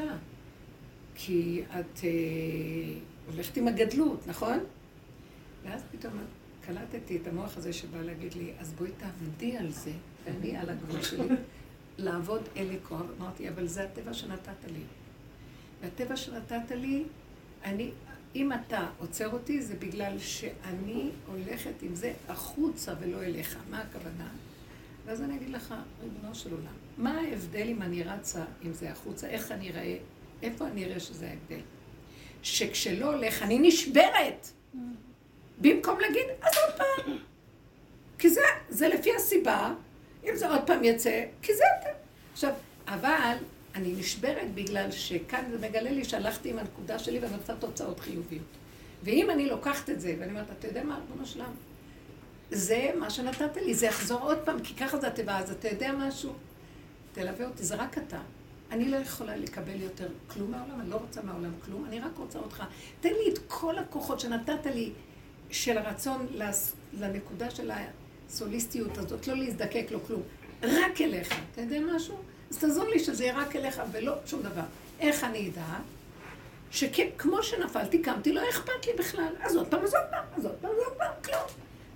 כי את הולכת עם הגדלות, נכון? ואז פתאום קלטתי את המוח הזה שבא להגיד לי, אז בואי תעבדי על זה, ואני על הגבול שלי, לעבוד אלי כוח. אמרתי, אבל זה הטבע שנתת לי. והטבע שנתת לי, אם אתה עוצר אותי, זה בגלל שאני הולכת עם זה החוצה ולא אליך. מה הכוונה? ואז אני אגיד לך, ריבונו של עולם, מה ההבדל אם אני רצה עם זה החוצה? איך אני אראה? איפה אני אראה שזה ההבדל? שכשלא הולך, אני נשברת. במקום להגיד, אז עוד פעם. כי זה לפי הסיבה, אם זה עוד פעם יצא, כי זה אתה. עכשיו, אבל אני נשברת בגלל שכאן זה מגלה לי שהלכתי עם הנקודה שלי ואני רוצה תוצאות חיוביות. ואם אני לוקחת את זה, ואני אומרת, אתה יודע מה, ריבונו שלם? זה מה שנתת לי, זה יחזור עוד פעם, כי ככה זה הטבע, אז אתה יודע משהו? תלווה אותי, זה רק אתה. אני לא יכולה לקבל יותר כלום מהעולם, אני לא רוצה מהעולם כלום, אני רק רוצה אותך. תן לי את כל הכוחות שנתת לי של הרצון לנקודה של הסוליסטיות הזאת, לא להזדקק, לא כלום. רק אליך. אתה יודע משהו? אז תעזור לי שזה יהיה רק אליך ולא שום דבר. איך אני אדע? שכמו שנפלתי, קמתי, לא אכפת לי בכלל. אז עוד פעם, כלום.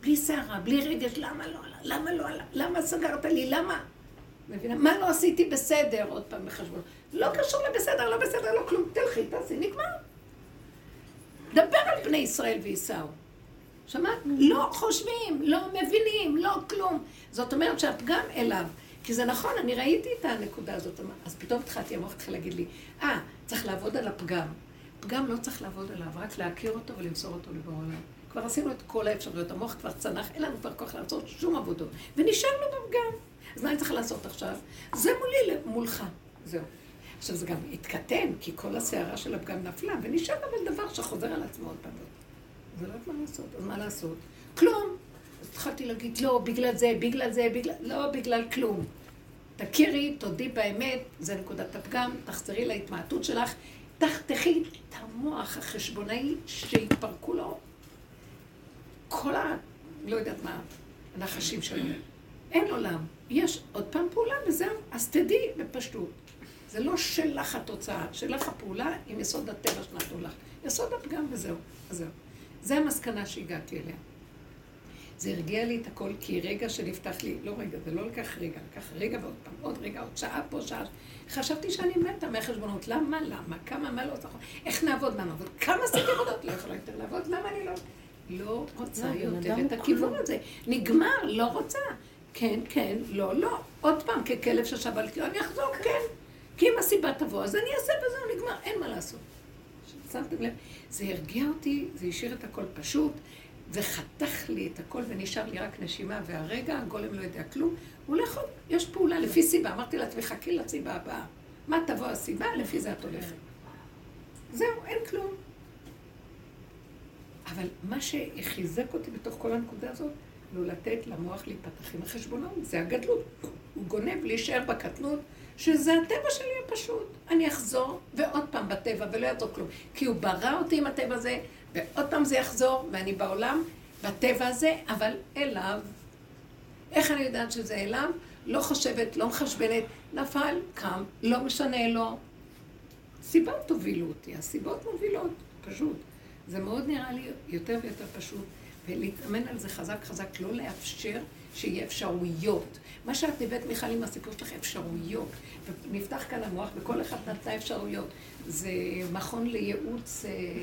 בלי שערה, בלי רגש, למה לא עלה? למה לא עלה? למה סגרת לי? למה? מבינה? מה לא עשיתי בסדר? עוד פעם בחשבון. לא קשור לבסדר, לא בסדר, לא כלום. תלכי, תעשי, נגמר. דבר על בני ישראל ויסעו. שמעת? לא חושבים, לא מבינים, לא כלום. זאת אומרת שהפגם אליו. כי זה נכון, אני ראיתי את הנקודה הזאת. אז פתאום התחלתי, המוח התחיל להגיד לי, צריך לעבוד על הפגם. פגם לא צריך לעבוד עליו, רק להכיר אותו ולמסור אותו לבורא עליו. כבר עשינו את כל האפשרויות, המוח כבר צנח, אין לנו כבר כוח לעשות שום עבודות. ונשארנו בפגם. אז מה אני צריך לעשות עכשיו? זה מולי, מולך. זהו. עכשיו זה גם התקטן, כי כל השערה של הפגם נפלה, ונשאר אבל דבר שחוזר על עצמו עוד פעם. זה לא יודעת מה לעשות. אז מה לעשות? כלום. אז התחלתי להגיד, לא, בגלל זה, לא בגלל כלום. תכירי, תודי באמת, זה נקודת הפגם, תחזרי להתמעטות שלך, תחתכי את המוח החשבונאי שהתפרקו לו כל לא יודעת מה, הנחשים שלו. אין עולם. יש עוד פעם פעולה וזהו, אז תדעי בפשטות. זה לא שלך התוצאה, שלך הפעולה עם יסוד הטבע שנתנו לך. יסוד הפגם וזהו, זהו. זה המסקנה שהגעתי אליה. זה הרגיע לי את הכל, כי רגע שנפתח לי, לא רגע, זה לא לקח רגע, לקח רגע ועוד פעם, עוד רגע, עוד שעה פה, שעה. חשבתי שאני מתה מהחשבונות, למה, כמה, מה לא צריך, איך נעבוד, מה נעבוד, כמה עשיתי עבודות, לא יכולה יותר לעבוד, למה אני לא רוצה יותר את הכיוון הזה. נגמר, לא רוצה. כן, לא. עוד פעם, ככלב ששב על קיר, אני אחזור, כן. כי אם הסיבה תבוא, אז אני אעשה וזהו, נגמר, אין מה לעשות. שמתם לב, זה הרגיע אותי, זה השאיר את הכל פשוט, וחתך לי את הכל ונשאר לי רק נשימה, והרגע הגולם לא יודע כלום, הוא הולך עוד, יש פעולה לפי סיבה, אמרתי לעצמי, חכי לסיבה הבאה. מה תבוא הסיבה? לפי זה את הולכת. זהו, אין כלום. אבל מה שחיזק אותי בתוך כל הנקודה הזאת, לא לתת למוח להיפתח עם החשבונות, זה הגדלות. הוא גונב להישאר בקטנות, שזה הטבע שלי הפשוט. אני אחזור, ועוד פעם בטבע, ולא יעזור כלום. כי הוא ברא אותי עם הטבע הזה, ועוד פעם זה יחזור, ואני בעולם, בטבע הזה, אבל אליו. איך אני יודעת שזה אליו? לא חושבת, לא מחשבנת, נפל, קם, לא משנה לו. סיבות הובילו אותי, הסיבות מובילות, פשוט. זה מאוד נראה לי יותר ויותר פשוט, ולהתאמן על זה חזק, לא לאפשר שיהיה אפשרויות. מה שאת נבאת מיכל עם הסיפור שלך, אפשרויות. ונפתח כאן המוח, וכל אחד נתנה אפשרויות. זה מכון לייעוץ...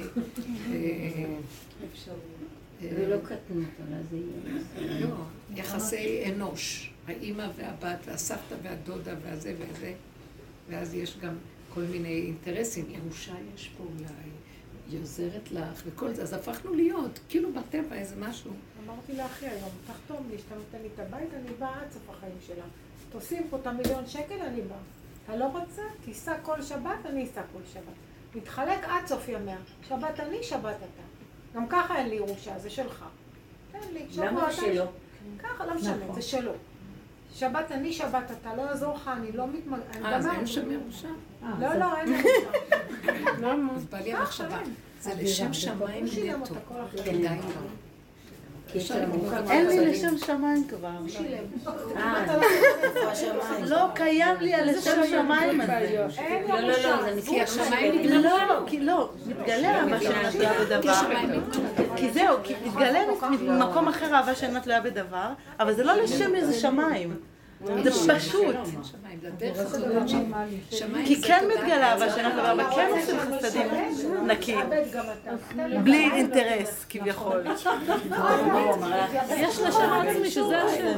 זה לא קטנות, אבל זה יהיה... לא, יחסי אנוש. האמא והבת, והסבתא והדודה, והזה וזה. ואז יש גם כל מיני אינטרסים. ירושה יש פה אולי. היא עוזרת לך, וכל זה, אז הפכנו להיות, כאילו בטבע איזה משהו. אמרתי לאחי היום, תחתום לי, שאתה נותן לי את הבית, אני באה עד סוף החיים שלה. תוסיף פה את ה1,000,000 שקל, אני באה. אתה לא רוצה? תיסע כל שבת, אני אסע כל שבת. נתחלק עד סוף ימיה. שבת אני, שבת אתה. גם ככה אין לי ירושה, זה שלך. תן לי, למה שלא? ככה, לא משנה, זה שלו. שבת אני, שבת אתה, לא יעזור לך, אני לא מתמגעת. אז אין שם ירושה? לא, אין ירושה. למה? אז בא לי המחשבה. זה לשם שמיים נטו. כדאי לו. אין לי לשם שמיים כבר. לא קיים לי על לשם שמיים הזה. לא, כי השמיים נגמרו. לא, מתגלה אהבה שאינה תלויה בדבר. כי זהו, כי מתגלה ממקום אחר אהבה שאינה תלויה בדבר, אבל זה לא לשם איזה שמיים. זה פשוט. כי כן מתגלה אהבה שאינה תלויה, אבל כן עושים חסדים נקיים. בלי אינטרס, כביכול. יש לשם עצמי שזה השם.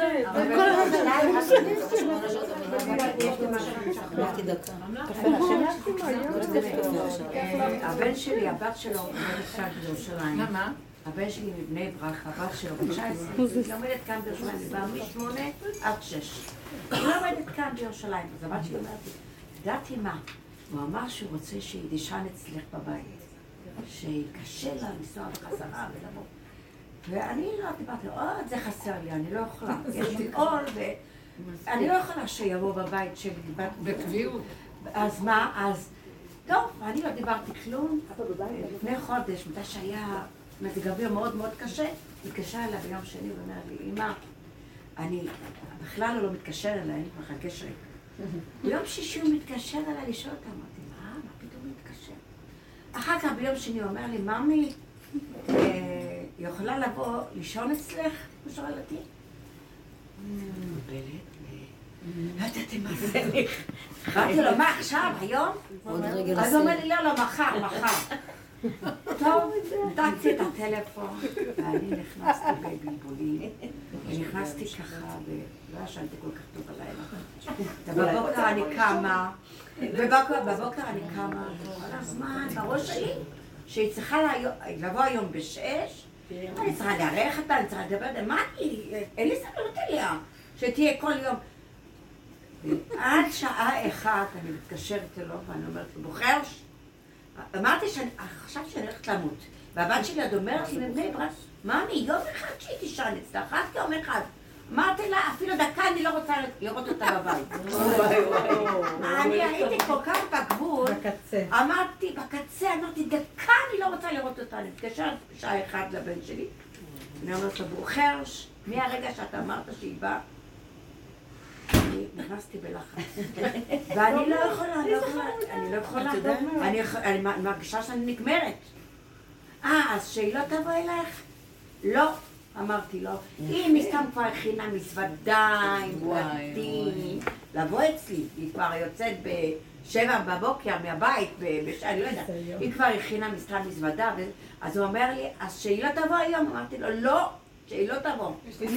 הבן שלי, הבת שלו, בירושלים. למה? הבן שלי מבני ברק, הבת שלו ב-19, היא לומדת כאן בירושלים, היא באה מ-8 עד 6. היא לומדת כאן בירושלים, אז הבת שלי אומרת לי, ידעתי מה? הוא אמר שהוא רוצה שהיא תישן אצלך בבית, שקשה לה לנסוע בחזרה ולבוא. ואני לא דיברתי, זה חסר לי, אני לא יכולה, יש לי עול ואני לא יכולה שיבוא בבית שלי. בקביעות. אז מה? אז טוב, אני לא דיברתי כלום. לפני חודש, מתי שהיה מזג אוויר מאוד מאוד קשה, מתקשר אליי ביום שני ואומר לי, אמא, אני בכלל לא מתקשר אליי, אני כבר קשר. ביום שישי הוא מתקשר אליי לשאול אותה, אמרתי, מה פתאום הוא מתקשר? אחר כך ביום שני הוא אומר לי, ממי, יכולה לבוא לישון אצלך? הוא שואל אותי. לא ידעתי מה זה לי. אמרתי לו, מה עכשיו, היום? אז הוא אומר לי, לא, מחר. טוב, נתתי את הטלפון, ואני נכנסתי בבלבולים, ונכנסתי ככה, ולא ישנתי כל כך טוב בלילה. ובבוקר אני קמה, כל הזמן בראש שלי, שהיא צריכה לבוא היום ב6, אני צריכה לארח אותה, אני צריכה לדבר, מה אין לי סבלנות אליה, שתהיה כל יום. עד שעה 1 אני מתקשרת אלו, ואני אומרת לו, בוחרש? אמרתי חשבתי שאני הולכת למות, והבת שלי עוד אומרת לי בבני ברק, מאמי, יום אחד שהיא תישן אצלך, רק יום אחד. אמרתי לה, אפילו דקה אני לא רוצה לראות אותה בבית. אני הייתי כל כך בגבול, אמרתי, דקה אני לא רוצה לראות אותה. אני מתקשרת בשעה 1 לבן שלי, אני אומרת לו, בוחרש, מהרגע שאתה אמרת שהיא באה, אני נכנסתי בלחץ, ואני לא יכולה, אני מרגישה שאני נגמרת. אז שהיא לא תבוא אלייך? לא, אמרתי לו, אם היא סתם כבר הכינה מזוודה עם בגדים, לבוא אצלי, היא כבר יוצאת ב7 בבוקר מהבית, אני לא יודעת, היא כבר הכינה מזוודה, אז הוא אומר לי, אז שהיא לא תבוא היום? אמרתי לו, לא, שהיא לא תבוא.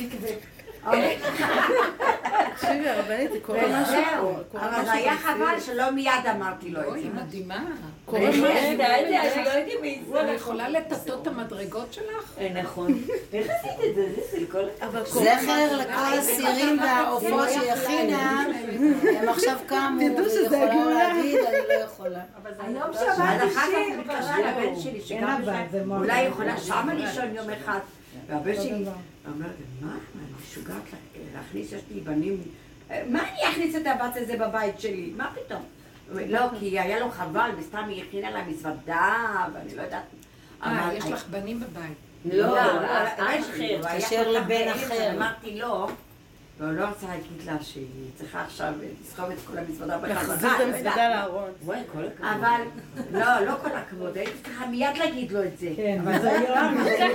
תקשיבי, הרבנית, זה קורה משהו. אבל זה היה חבל שלא מיד אמרתי לו את זה. היא מדהימה. קורה משהו. אני יכולה לטטות את המדרגות שלך? נכון. איך עשית את זה? זכר לכל הסירים והעופות שהיא הכינה, הם עכשיו קמו, ויכולה להגיד, אני לא יכולה. היום שמעתי שיר. לבן שלי שגם אולי יכולה שמה לישון יום אחד. והבן שלי אומר, מה? אני משוגעת להכניס, יש לי בנים, מה אני אכניס את הבת הזה בבית שלי? מה פתאום? לא, כי היה לו חבל, וסתם היא הכינה לה מזוודה, ואני לא יודעת. יש לך בנים בבית. לא, תתקשר לבן אחר. אמרתי לא, והוא לא רצה להגיד לה שהיא צריכה עכשיו לסחוב את כל המזוודה בחזרה. להחזיר את המזוודה לארון. אבל, לא כל הכבוד, הייתי צריכה מיד להגיד לו את זה. אבל זה היום.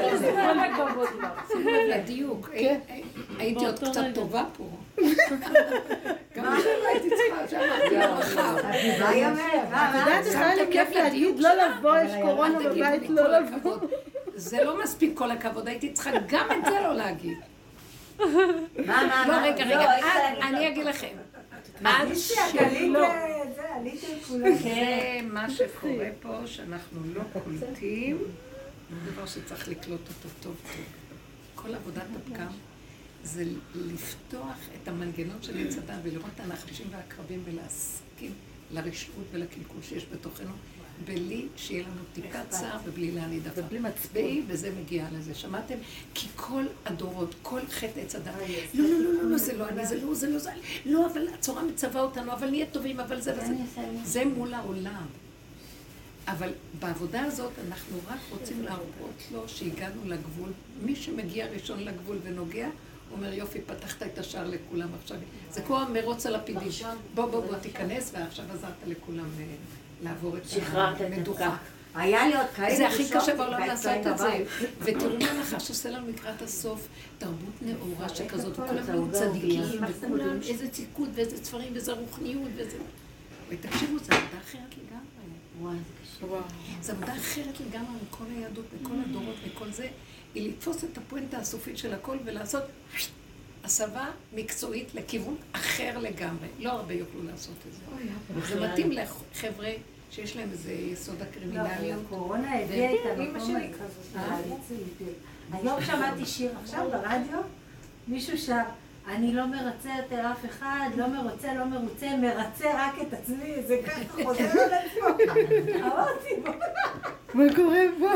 שימו לב לדיוק. הייתי עוד קצת טובה פה. גם שלא הייתי צריכה שאמרתי לה מחר. מה היא אומרת? את יודעת, זה היה לי כיף להגיד לא לבוא, יש קורונה בבית, לא לבוא. זה לא מספיק כל הכבוד, הייתי צריכה גם את זה לא להגיד. מה? לא, רגע, אני אגיד לכם. זה מה שקורה פה, שאנחנו לא קולטים, זה דבר שצריך לקלוט אותו טוב טוב. כל עבודת הפגם זה לפתוח את המנגנון של עץ הדת ולראות את הנחשים והקרבים ולהסכים לרשעות ולקלקול שיש בתוכנו, בלי שיהיה לנו טיפה צער ובלי להניד עפעף. ובלי מצביעי, וזה מגיע לזה. שמעתם? כי כל הדורות, כל חטא עץ הדת, לא, זה לא אני, זה לא, לא, אבל הצורה מצווה אותנו, אבל נהיה טובים, אבל זה וזה. זה מול העולם. אבל בעבודה הזאת אנחנו רק רוצים להראות לו שהגענו לגבול. מי שמגיע ראשון לגבול ונוגע, הוא אומר, יופי, פתחת את השער לכולם עכשיו. זה כמו מרוץ הלפידים. בוא, תיכנס, ועכשיו עזרת לכולם לעבור את המדוכה. היה לי עוד כאלה זה הכי קשה בעולם לעשות את זה. ותראו מה הנחש עושה לנו לקראת הסוף, תרבות נאורה שכזאת, וכולם היו צדיקים, וכולם איזה ציקות ואיזה ספרים ואיזה רוחניות ואיזה... ותקשיבו, זה עבודה אחרת לגמרי. זה עבודה אחרת לגמרי מכל היהדות, מכל הדורות, מכל זה. היא לתפוס את הפואנטה הסופית של הכל ולעשות הסבה מקצועית לכיוון אחר לגמרי. לא הרבה יוכלו לעשות את זה. זה מתאים לחבר'ה שיש להם איזה יסוד הקרימינליות. הקורונה הביאה את המקום הזה. היום שמעתי שיר עכשיו ברדיו, מישהו שר, אני לא מרצה יותר אף אחד, לא מרוצה, מרצה רק את עצמי, זה ככה חוזר על עצמו. אמרתי בו. מה קורה פה?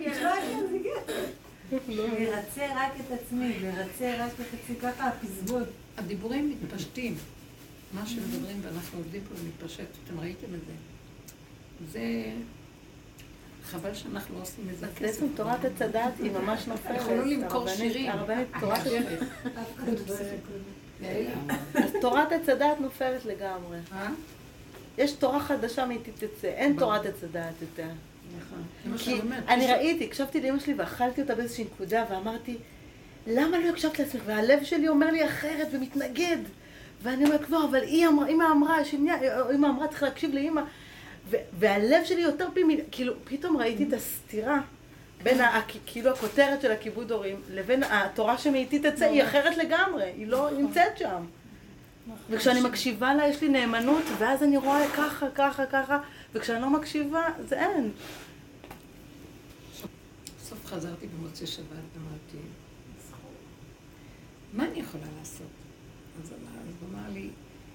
מרצה רק את עצמי, מרצה רק את עצמי, ככה הפסגות. הדיבורים מתפשטים. מה שמדברים ואנחנו עובדים פה ומתפשט, אתם ראיתם את זה. זה חבל שאנחנו לא עושים איזה כסף. בעצם תורת עץ הדת היא ממש נופלת. יכולנו למכור שירים. הרבנית, תורת עץ. אז תורת עץ הדת נופלת לגמרי. יש תורה חדשה מתתצא, אין תורת עץ הדת יותר. כי אני ראיתי, הקשבתי לאמא שלי ואכלתי אותה באיזושהי נקודה ואמרתי, למה לא הקשבת לעצמך? והלב שלי אומר לי אחרת ומתנגד. ואני אומרת, לא, אבל אמא אמרה, צריך להקשיב לאמא. והלב שלי יותר כאילו, פתאום ראיתי את הסתירה בין כאילו הכותרת של הכיבוד הורים לבין התורה שמאיתי תצא, היא אחרת לגמרי, היא לא נמצאת שם. וכשאני מקשיבה לה יש לי נאמנות, ואז אני רואה ככה, וכשאני לא מקשיבה, זה אין. בסוף חזרתי במוצאי שבת ואמרתי, מה אני יכולה לעשות? אז הוא אמר לי,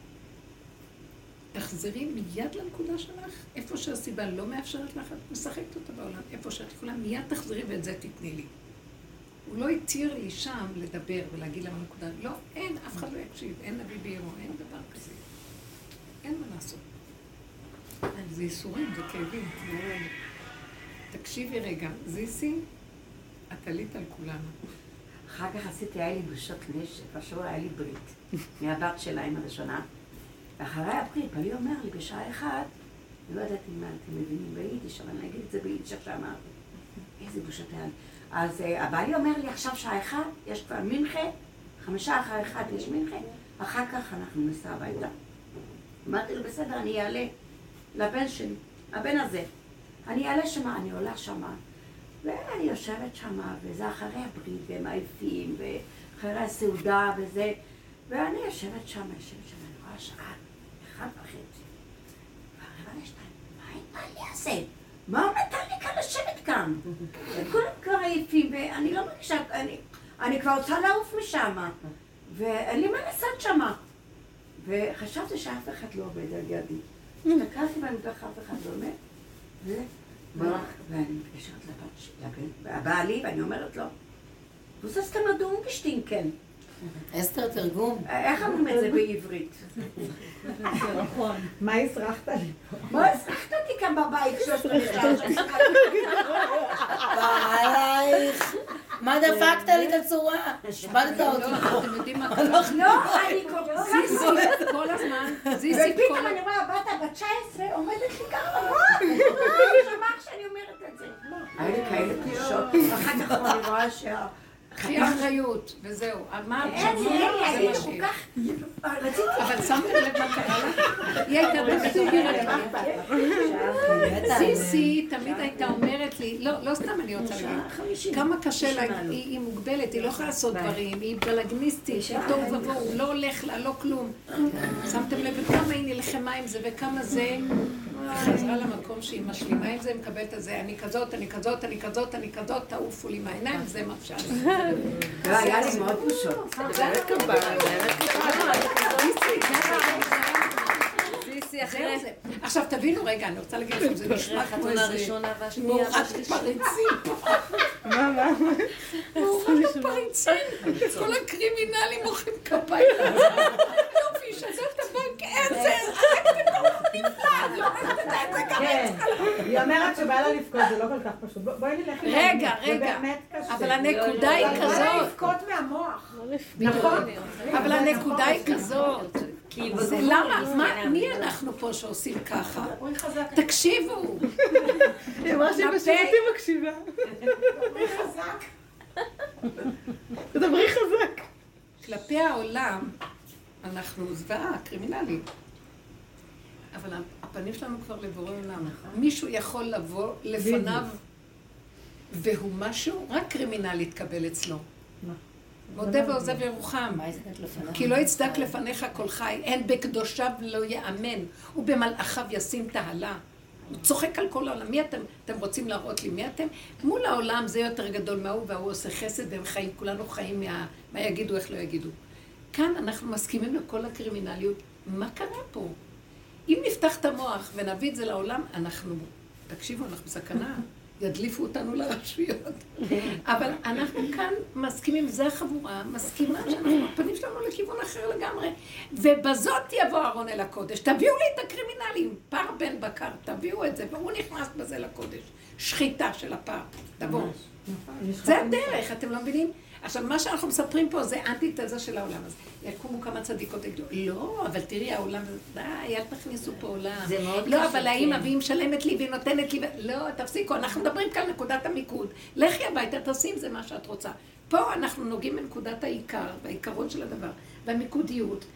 תחזרי מיד לנקודה שלך, איפה שהסיבה לא מאפשרת לך, את משחקת אותה בעולם, איפה שאת יכולה, מיד תחזרי ואת זה תתני לי. הוא לא התיר לי שם לדבר ולהגיד למה נקודה, לא, אין, אף אחד לא יקשיב, אין נביא בעירו, אין דבר כזה. אין מה לעשות. זה ייסורים, זה כאבים, תקשיבי רגע, זיסי, את עלית על כולנו. אחר כך היה לי בושות נשק, השבוע היה לי ברית, מהבת שלהם הראשונה. ואחרי הברית, בעלי אומר לי בשעה אחת, אני לא יודעת אם אתם מבינים ביידיש, אבל אני אגיד את זה ביידיש עכשיו אמרתי. איזה בושות היה לי. אז הבעלי אומר לי עכשיו שעה אחת, יש כבר מנחה, 5 אחרי 1 יש מנחה, אחר כך אנחנו נסע הביתה. אמרתי לו בסדר, אני אעלה לבן שלי, הבן הזה. אני אעלה שמה, אני עולה שמה. ואני יושבת שמה, וזה אחרי הברית, והם עייפים, ואחרי הסעודה וזה. ואני יושבת שמה, אני רואה שעה 1:30. ו2:15, מה אין בעלי הזה? מה הוא נתן לי כאן לשבת כאן? וכולם כבר עייפים, ואני לא מרגישה, אני כבר רוצה לעוף משם, ואין לי מה לעשות שמה. וחשבתי שאף אחד לא עובד על ידי. הסתכלתי ואני אף אחד לא עומד, ואני מתקשרת לבעלי, ואני אומרת לו, וזה סתם אדום גשטינקן. אסתר תרגום. איך אומרים את זה בעברית? מה הסרחת לי? מה הסרחת אותי כאן בבית? בעלייך. מה דפקת לי את הצורה? השבדת אותי. אתם יודעים מה קרה? לא, אני זיסית כל הזמן. ופתאום אני רואה, בת 19 עומדת לי ככה בראש. אני שמח שאני אומרת את זה. היה לי כאלה פשוט. ואחר כך אני רואה קחי אחריות, וזהו. מה אין לי, אני כל כך... אבל שמת לב מה קרה לה? היא הייתה באמת אומרת לי, זיסי תמיד הייתה אומרת לי, לא סתם אני רוצה להגיד, כמה קשה לה, היא מוגבלת, היא לא יכולה לעשות דברים, היא בלגניסטית, היא טוב ובואו, לא הולך לה, לא כלום. שמתם לב כמה היא נלחמה עם זה וכמה זה, חזרה למקום שהיא משלימה עם זה, מקבלת את זה, אני כזאת, תעופו לי מהעיניים, זה מה אפשר. היה לי מאוד פשוט. באמת קבל, עכשיו תבינו רגע, אני רוצה להגיד לכם, זה נשמע כמו איזה מאורת פריצים. מה? מאורת הפריצים. כל הקרימינלים מוחאים כפיים. יופי, שדות הבנק 10, הרגתם כל נפלא, לא הרגת את זה גם. היא אומרת שבא לה לבכות, זה לא כל כך פשוט. בואי נלך רגע, אבל הנקודה היא כזאת. לא לבכות מהמוח. נכון, אבל הנקודה היא כזאת. זה למה? מי אנחנו פה שעושים ככה? תקשיבו. היא אמרה שהיא בשירותים מקשיבה. דברי חזק. דברי חזק. כלפי העולם אנחנו זוועה, קרימינלים. אבל הפנים שלנו כבר לבורא עולם. מישהו יכול לבוא לפניו והוא משהו, רק קרימינל יתקבל אצלו. מודה ועוזב ירוחם, כי לא יצדק לפניך כל חי, אין בקדושיו לא יאמן, ובמלאכיו ישים תהלה. הוא צוחק על כל העולם. מי אתם רוצים להראות לי? מי אתם? מול העולם זה יותר גדול מההוא, והוא עושה חסד והם חיים, כולנו חיים מה יגידו, איך לא יגידו. כאן אנחנו מסכימים לכל הקרימינליות. מה קרה פה? אם נפתח את המוח ונביא את זה לעולם, תקשיבו, אנחנו בסכנה. ידליפו אותנו לרשויות. אבל אנחנו כאן מסכימים, זה החבורה, מסכימה שאנחנו הפנים שלנו לכיוון אחר לגמרי. ובזאת יבוא אהרון אל הקודש. תביאו לי את הקרימינלים, פר בן בקר, תביאו את זה, והוא נכנס בזה לקודש. שחיטה של הפר, תבואו. זה הדרך, אתם לא מבינים? עכשיו, מה שאנחנו מספרים פה זה אנטי-תזה של העולם הזה. יקומו כמה צדיקות יגידו, לא, אבל תראי, העולם, די, אל תכניסו פה עולם. זה מאוד קשה. לא, אבל האמא, והיא משלמת לי והיא נותנת לי, לא, תפסיקו, אנחנו מדברים כאן נקודת המיקוד. לכי הביתה, תעשי עם זה מה שאת רוצה. פה אנחנו נוגעים בנקודת העיקר, בעיקרון של הדבר, במיקודיות.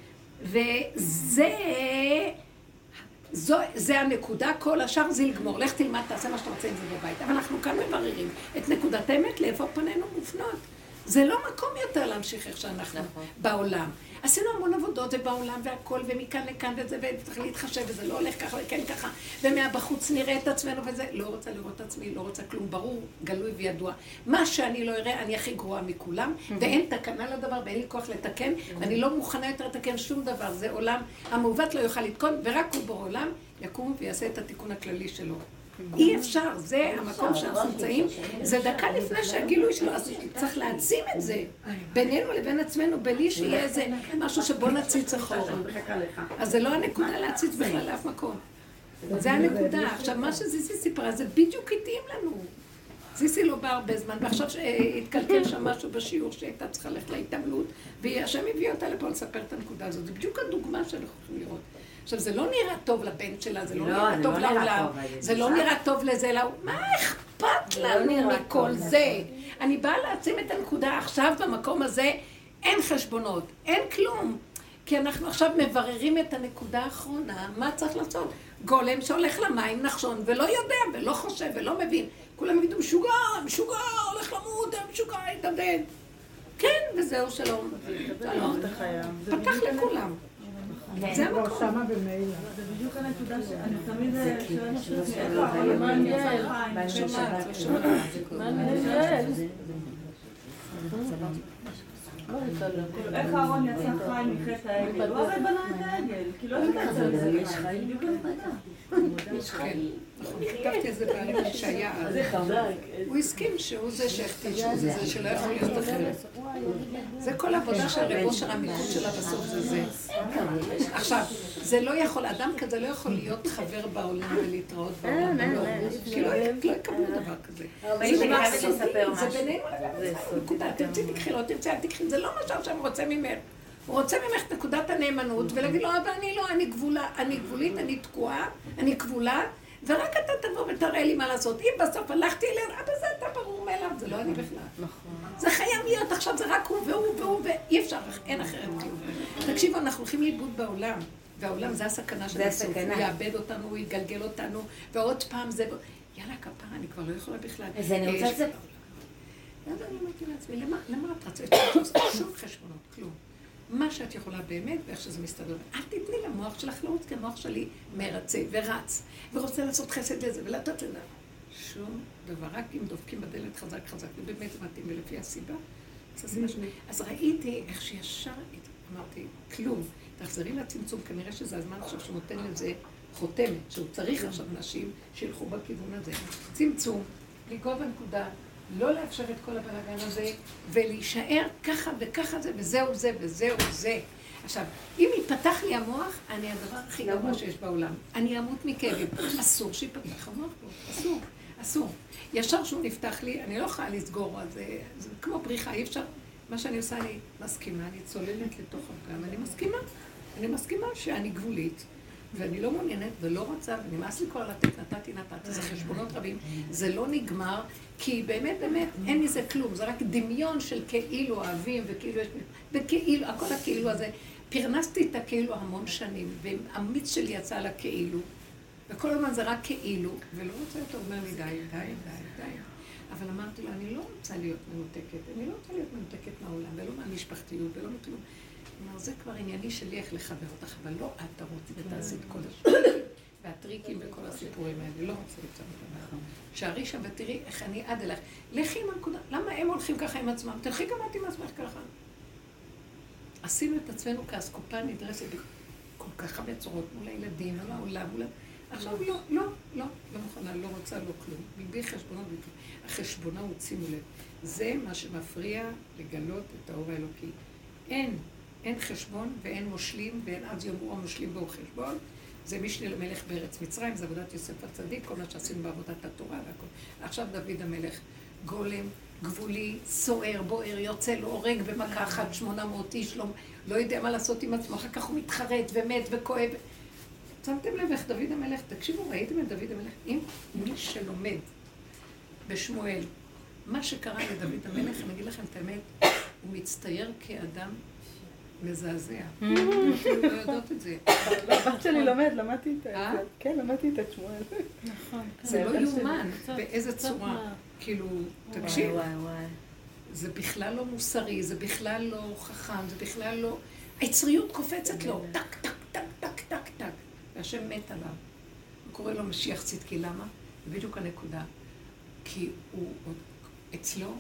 זה הנקודה, כל השאר זה לגמור. לך תלמד, תעשה מה שאתה רוצה עם זה בבית. אבל אנחנו כאן מבררים את נקודת האמת, לאיפה פנינו מופנות. זה לא מקום יותר להמשיך איך שאנחנו בעולם. עשינו המון עבודות ובעולם והכל, ומכאן לכאן וזה, וצריך להתחשב, וזה לא הולך ככה וכן ככה, ומהבחוץ נראה את עצמנו וזה. לא רוצה לראות את עצמי, לא רוצה כלום, ברור, גלוי וידוע. מה שאני לא אראה, אני הכי גרועה מכולם, ואין תקנה לדבר, ואין לי כוח לתקן, ואני לא מוכנה יותר לתקן שום דבר. זה עולם, המעוות לא יוכל לתקון, ורק הוא בעולם יקום ויעשה את התיקון הכללי שלו. אי אפשר, זה המקום שאנחנו נמצאים, זה דקה לפני שהגילוי שלו, אז צריך להעצים את זה בינינו לבין עצמנו, בלי שיהיה איזה משהו שבו נציץ אחורה. אז זה לא הנקודה להציץ בכלל לאף מקום. זה הנקודה. עכשיו, מה שזיסי סיפרה, זה בדיוק התאים לנו. זיסי לא בא הרבה זמן, ועכשיו התקלקל שם משהו בשיעור שהייתה צריכה ללכת להתעמלות, והשם הביא אותה לפה לספר את הנקודה הזאת. זה בדיוק הדוגמה שאנחנו יכולים לראות. עכשיו, זה לא נראה טוב לבן שלה, זה לא נראה טוב לעולם, זה לא נראה טוב לזה, מה אכפת לנו מכל זה? אני באה להעצים את הנקודה עכשיו במקום הזה, אין חשבונות, אין כלום. כי אנחנו עכשיו מבררים את הנקודה האחרונה, מה צריך לעשות? גולם שהולך למים נחשון ולא יודע ולא חושב ולא מבין. כולם יגידו, משוגע, הולך למות, משוגע, יתאבד. כן, וזהו, שלום. שלום. פתח לכולם. זה המקום. שמה במילא. זה בדיוק הנקודה שאני תמיד שואלת איך אהרון יצא חי מחטא העגל? הוא הרי בנה את העגל, כי לא יתעצר לזה. יש חיים. יש חיים. כתבתי את זה בעלים שהיה אז. הוא הסכים שהוא זה שהכתיב, שהוא זה שלא יכול להיות אחרת. זה כל העבודה של רב אושר, המיקוד שלה בסוף זה זה. עכשיו, זה לא יכול, אדם כזה לא יכול להיות חבר בעולם ולהתראות בעולם. כי לא יקבלו דבר כזה. זה דבר סודי, זה בינינו. נקודה, תרצי תקחי, לא תרצי, אל תקחי. זה לא משהו שאני רוצה ממך. הוא רוצה ממך את נקודת הנאמנות ולהגיד לו, אבל אני לא, אני גבולית, אני תקועה, אני כבולה, ורק אתה תבוא ותראה לי מה לעשות. אם בסוף הלכתי אליהם, אבל זה אתה ברור מאליו, זה לא אני בכלל. זה חייב להיות עכשיו, זה רק הוא והוא, ואי אפשר, אין אחרת כלום. תקשיבו, אנחנו הולכים לאיבוד בעולם, והעולם זה הסכנה של הסוף. הוא יאבד אותנו, הוא יגלגל אותנו, ועוד פעם זה... יאללה, כפרה, אני כבר לא יכולה בכלל. אז אני רוצה זה... אז אני אמרתי לעצמי, למה את רצית? שום חשבונות, כלום. מה שאת יכולה באמת, ואיך שזה מסתדר. אל תתני למוח שלך לרוץ, כי המוח שלי מרצה ורץ, ורוצה לעשות חסד לזה, ולתת לזה. שום דבר, רק אם דופקים בדלת חזק, ובאמת זה מתאים לפי הסיבה. אז ראיתי איך שישר אמרתי, כלום, תחזרי לצמצום, כנראה שזה הזמן עכשיו שנותן לזה חותמת, שהוא צריך עכשיו נשים שילכו בכיוון הזה. צמצום, לגוע בנקודה, לא לאפשר את כל הבלגן הזה, ולהישאר ככה וככה זה, וזהו זה, וזהו זה. עכשיו, אם יפתח לי המוח, אני הדבר הכי גרוע שיש בעולם. אני אמות מכאבים. אסור שיפתח המוח פה, אסור. ישר שהוא נפתח לי, אני לא יכולה לסגור, אז זה כמו בריחה, אי אפשר. מה שאני עושה, אני מסכימה, אני צוללת לתוך הפגם, אני מסכימה שאני גבולית. ואני לא מעוניינת ולא רוצה, ונמאס לי כל לתת, נתתי, זה חשבונות רבים, זה לא נגמר, כי באמת, אין מזה כלום, זה רק דמיון של כאילו אוהבים, וכאילו יש... וכאילו, הכל הכאילו הזה, פרנסתי את הכאילו המון שנים, והמיץ שלי יצא על הכאילו, וכל הזמן זה רק כאילו, ולא רוצה יותר, אומר לי, די. אבל אמרתי לו, אני לא רוצה להיות מנותקת מהעולם, ולא מהמשפחתיות, ולא מכלום. כלומר, זה כבר ענייני שלי איך לחבר אותך, אבל לא את תרוץ ותעשי את כל השטוקים והטריקים וכל הסיפורים האלה, לא רוצה לצאת מדבר. שערי שם ותראי איך אני עד אלייך. לכי עם הנקודה, למה הם הולכים ככה עם עצמם? תלכי גם את עם עצמך ככה. עשינו את עצמנו כאסקופה נדרסת בכל כך הרבה צורות מול הילדים, מול העולם, עכשיו לא מוכנה, לא רוצה, לא כלום. מביא חשבונות, החשבונה הוא, שימו לב. זה מה שמפריע לגלות את האור האלוקי. אין חשבון ואין מושלים, ואין אז יאמרו המושלים בו חשבון. זה משנה למלך בארץ מצרים, זה עבודת יוסף הצדיק, כל מה שעשינו בעבודת התורה והכל. עכשיו דוד המלך גולם, גבולי, סוער, בוער, יוצא לו, הורג במכה אחת 800 איש, לא יודע מה לעשות עם עצמו, אחר כך הוא מתחרט ומת וכואב. שמתם לב איך דוד המלך, תקשיבו, ראיתם את דוד המלך? אם מי שלומד בשמואל, מה שקרה לדוד המלך, אני אגיד לכם את האמת, הוא מצטייר כאדם מזעזע. אפילו לא יודעות את זה. הבת שלי למדתי את זה. כן, למדתי את שמואל. נכון. זה לא יאומן, באיזה צורה. כאילו, תקשיב. זה בכלל לא מוסרי, זה בכלל לא חכם, זה בכלל לא... היצריות קופצת לו, טק, טק, טק, טק, טק, טק. והשם מת עליו. הוא קורא לו משיח צדקי, למה? זה בדיוק הנקודה. כי הוא אצלו,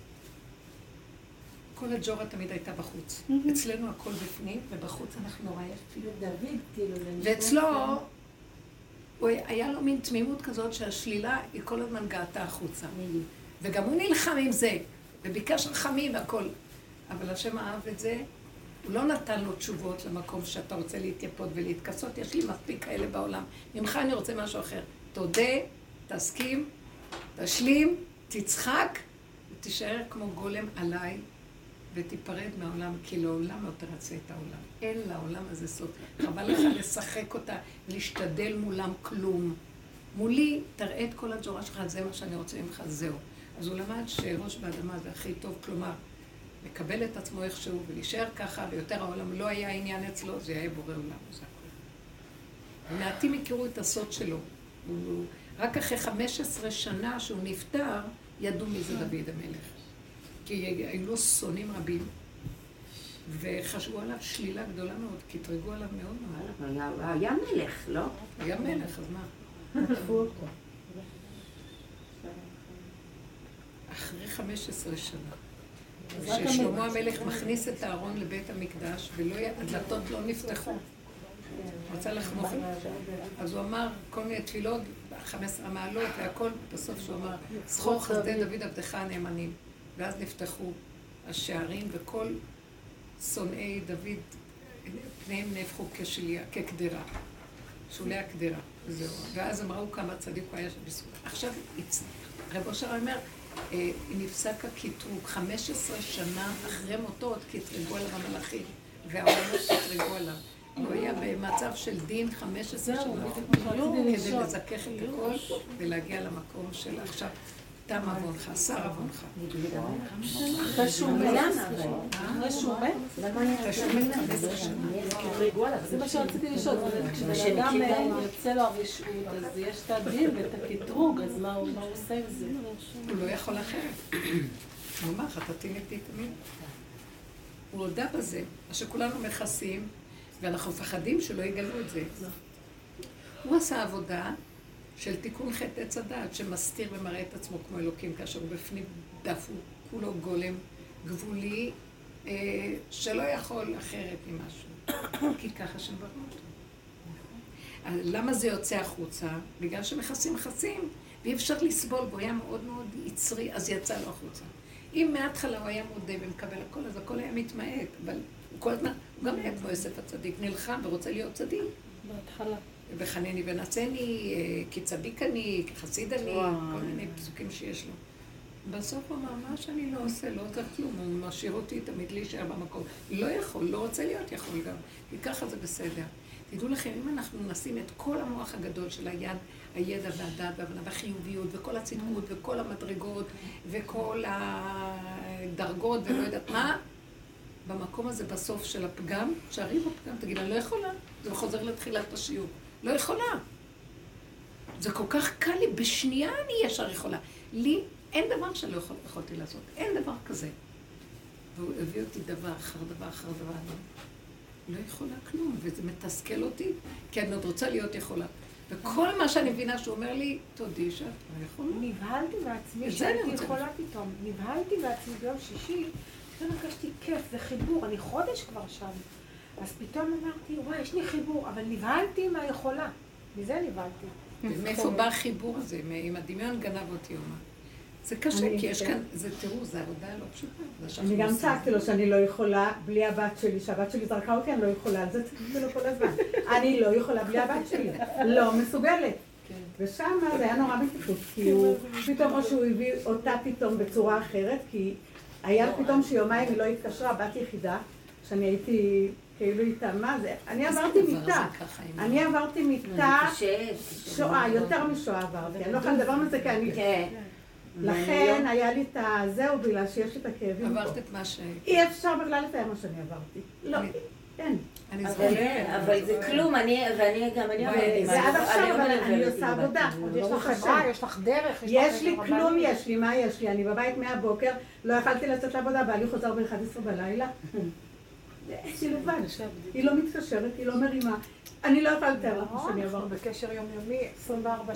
כל הג'ורה תמיד הייתה בחוץ. אצלנו הכל בפנים, ובחוץ אנחנו נורא יפים. ואצלו, היה לו מין תמימות כזאת שהשלילה היא כל הזמן געתה החוצה. וגם הוא נלחם עם זה, וביקש רחמים והכל. אבל השם אהב את זה, הוא לא נתן לו תשובות למקום שאתה רוצה להתייפות ולהתכסות. יש לי מספיק כאלה בעולם. ממך אני רוצה משהו אחר. תודה, תסכים, תשלים, תצחק, ותישאר כמו גולם עליי, ותיפרד מהעולם, כי לעולם לא תרצה את העולם. אין לעולם הזה סוף. חבל לך לשחק אותה, להשתדל מולם כלום. מולי, תראה את כל הג'ורה שלך, זה מה שאני רוצה ממך, זהו. אז הוא למד שראש באדמה זה הכי טוב, כלומר, לקבל את עצמו איכשהו ולהישאר ככה, ויותר העולם לא היה עניין אצלו, זה היה בורא עולם, זה הכל. ומעטים הכירו את הסוד שלו. רק אחרי 15 שנה שהוא נפטר, ידעו מי זה דוד המלך. כי היו לו שונאים רבים, וחשבו עליו שלילה גדולה מאוד, כי התרגו עליו מאוד מאוד. היה מלך, לא? היה מלך, אז מה? אחרי 15 שנה. כששלמה המלך מכניס את הארון לבית המקדש, והדלתות לא נפתחו. הוא רצה לחנוך. אז הוא אמר כל מיני תפילות, 15 מעלות והכל, בסוף שהוא אמר, זכור חסדי דוד עבדך הנאמנים. ואז נפתחו השערים, וכל שונאי דוד, פניהם נהפכו כקדרה, שולי הקדרה. ואז הם ראו כמה צדיק הוא היה בזכות. עכשיו, רב אושר אומר, נפסק הקטרוג 15 שנה אחרי מותו, עוד קטרגו עליו המלאכים, והעולמות קטרגו עליו. הוא היה במצב של דין 15 שנה, כדי לזכך את הכל ולהגיע למקום של עכשיו. תם עוונך, שר עוונך. אחרי שהוא מת? אחרי שהוא מת? תשומת 15 שנה. זה מה שרציתי לשאול, כשבן אדם יוצא לו הרשעות, אז יש את הדין ואת הקטרוג, אז מה הוא עושה עם זה? הוא לא יכול אחרת. הוא אמר, חטאתי נגדי תמיד. הוא הודע בזה, שכולנו מכסים, ואנחנו מפחדים שלא יגלו את זה. הוא עשה עבודה של תיקון חטא עץ הדעת, שמסתיר ומראה את עצמו כמו אלוקים, כאשר הוא בפנים דף, הוא כולו גולם גבולי, שלא יכול אחרת ממשהו, כי ככה שברא אותו. למה זה יוצא החוצה? בגלל שמכסים, ואי אפשר לסבול, והוא היה מאוד מאוד יצרי, אז יצא לו החוצה. אם מההתחלה הוא היה מודה ומקבל הכל, אז הכל היה מתמעט, אבל הוא כל הזמן, הוא גם היה כמו יוסף הצדיק, נלחם ורוצה להיות צדיק. בהתחלה. וחנני ונצני, כי צדיק אני, כחסיד אני, כל מיני פסוקים שיש לו. בסוף הוא אמר, מה שאני לא עושה, לא עוזר כלום, הוא משאיר אותי תמיד להישאר במקום. לא יכול, לא רוצה להיות יכול גם, כי ככה זה בסדר. תדעו לכם, אם אנחנו נשים את כל המוח הגדול של הידע והדעת והבנה והחיוביות וכל הצדקות וכל המדרגות וכל הדרגות ולא יודעת מה, במקום הזה בסוף של הפגם, שערי בפגם, תגיד, אני לא יכולה, זה חוזר לתחילת השיעור. לא יכולה. זה כל כך קל לי, בשנייה אני ישר יכולה. לי אין דבר שלא יכולתי לעשות, אין דבר כזה. והוא הביא אותי דבר אחר דבר אחר דבר. אני לא יכולה כלום, וזה מתסכל אותי, כי אני עוד רוצה להיות יכולה. וכל מה שאני מבינה שהוא אומר לי, תודי שאת לא יכולה. נבהלתי בעצמי שהייתי יכולה פתאום. נבהלתי בעצמי ביום שישי, פתאום הרגשתי כיף, זה חיבור, אני חודש כבר שם. אז פתאום אמרתי, וואי, יש לי חיבור, אבל נבהלתי מה יכולה. מזה נבהלתי. מאיפה בא החיבור הזה? עם הדמיון גנב אותי אומה. זה קשה, כי יש כאן, תראו, זה עבודה לא פשוטה. אני גם צעקתי לו שאני לא יכולה בלי הבת שלי, שהבת שלי זרקה אותי, אני לא יכולה, על זה צעקתי לו כל הזמן. אני לא יכולה בלי הבת שלי, לא מסוגלת. ושם זה היה נורא מתפות, כי הוא פתאום, או שהוא הביא אותה פתאום בצורה אחרת, כי היה פתאום שיומיים היא לא התקשרה, בת יחידה, שאני הייתי כאילו איתה, מה זה? אני עברתי מיטה שואה, יותר משואה עברתי, אני לא יכולה לדבר מזה כי אני... לכן היה לי את הזהו, בגלל שיש את הכאבים. עברת את מה ש... אי אפשר בכלל לתאר מה שאני עברתי. לא, אין. אבל זה כלום, ואני גם, זה עד עכשיו, אבל אני עושה עבודה. יש לך חברה, יש לך דרך, יש לי כלום, יש לי, מה יש לי? אני בבית מהבוקר, לא יכלתי לצאת לעבודה, בעלי חוזר ב-11 בלילה. יש לי לבד, היא לא מתקשרת, היא לא מרימה. אני לא יכולה לתאר לך מה שאני עברתי. בקשר יומיומי 24/7.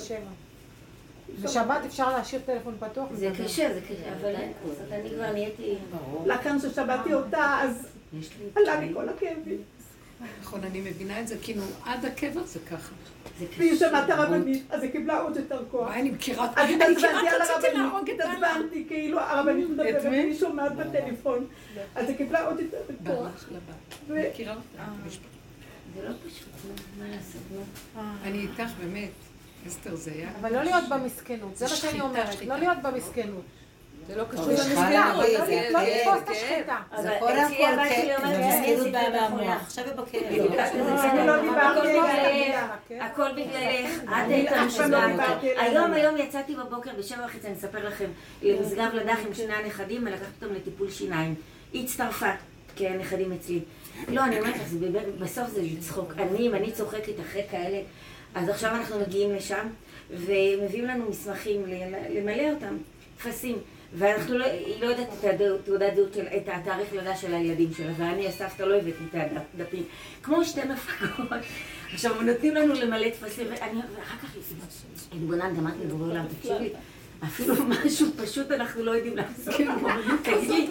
בשבת אפשר להשאיר טלפון פתוח. זה קשה, אבל אני כבר נהייתי... לכן ששבתי אותה, אז עלה לי כל הכאבים. נכון, אני מבינה את זה, כאילו עד הקבר זה ככה. והיא שמעת הרבנית, אז היא קיבלה עוד יותר כוח. אני מכירה, אז התעצבנתי על הרבנית, התעצבנתי, כאילו הרבנית מדברת, ואני שומעת בטלפון. אז היא קיבלה עוד יותר כוח. ברח לבת, מכירה אותה. זה לא פשוט, מה לעשות? אני איתך באמת. אסתר זה היה... אבל לא להיות במסכנות, זה מה שאני אומרת, לא להיות במסכנות. זה לא קשור למסכנות, לא לתפוס את השחיטה. זה כל הכל מסכנות במוח, עכשיו היא בכלא. הכל בגללך, את היית המשגעת. היום יצאתי בבוקר ב7:30, אני אספר לכם, למשגב לדח עם שני הנכדים, ולקחתי אותם לטיפול שיניים. היא הצטרפה, כי הנכדים אצלי. לא, אני אומרת לך, בסוף זה לצחוק. אני צוחקת אחרי כאלה. אז עכשיו אנחנו מגיעים לשם, ומביאים לנו מסמכים למלא אותם, תפסים. ואנחנו היא לא יודעת את תעודת זהות, את התאריך לידה של הילדים שלה, ואני הסבתא לא הבאתי את הדפים. כמו שתי מפגות. עכשיו, נותנים לנו למלא תפסים, ואחר כך התבוננת, אמרתי לי, בורא עולם, תקשיב לי, אפילו משהו פשוט אנחנו לא יודעים לעשות. תגיד,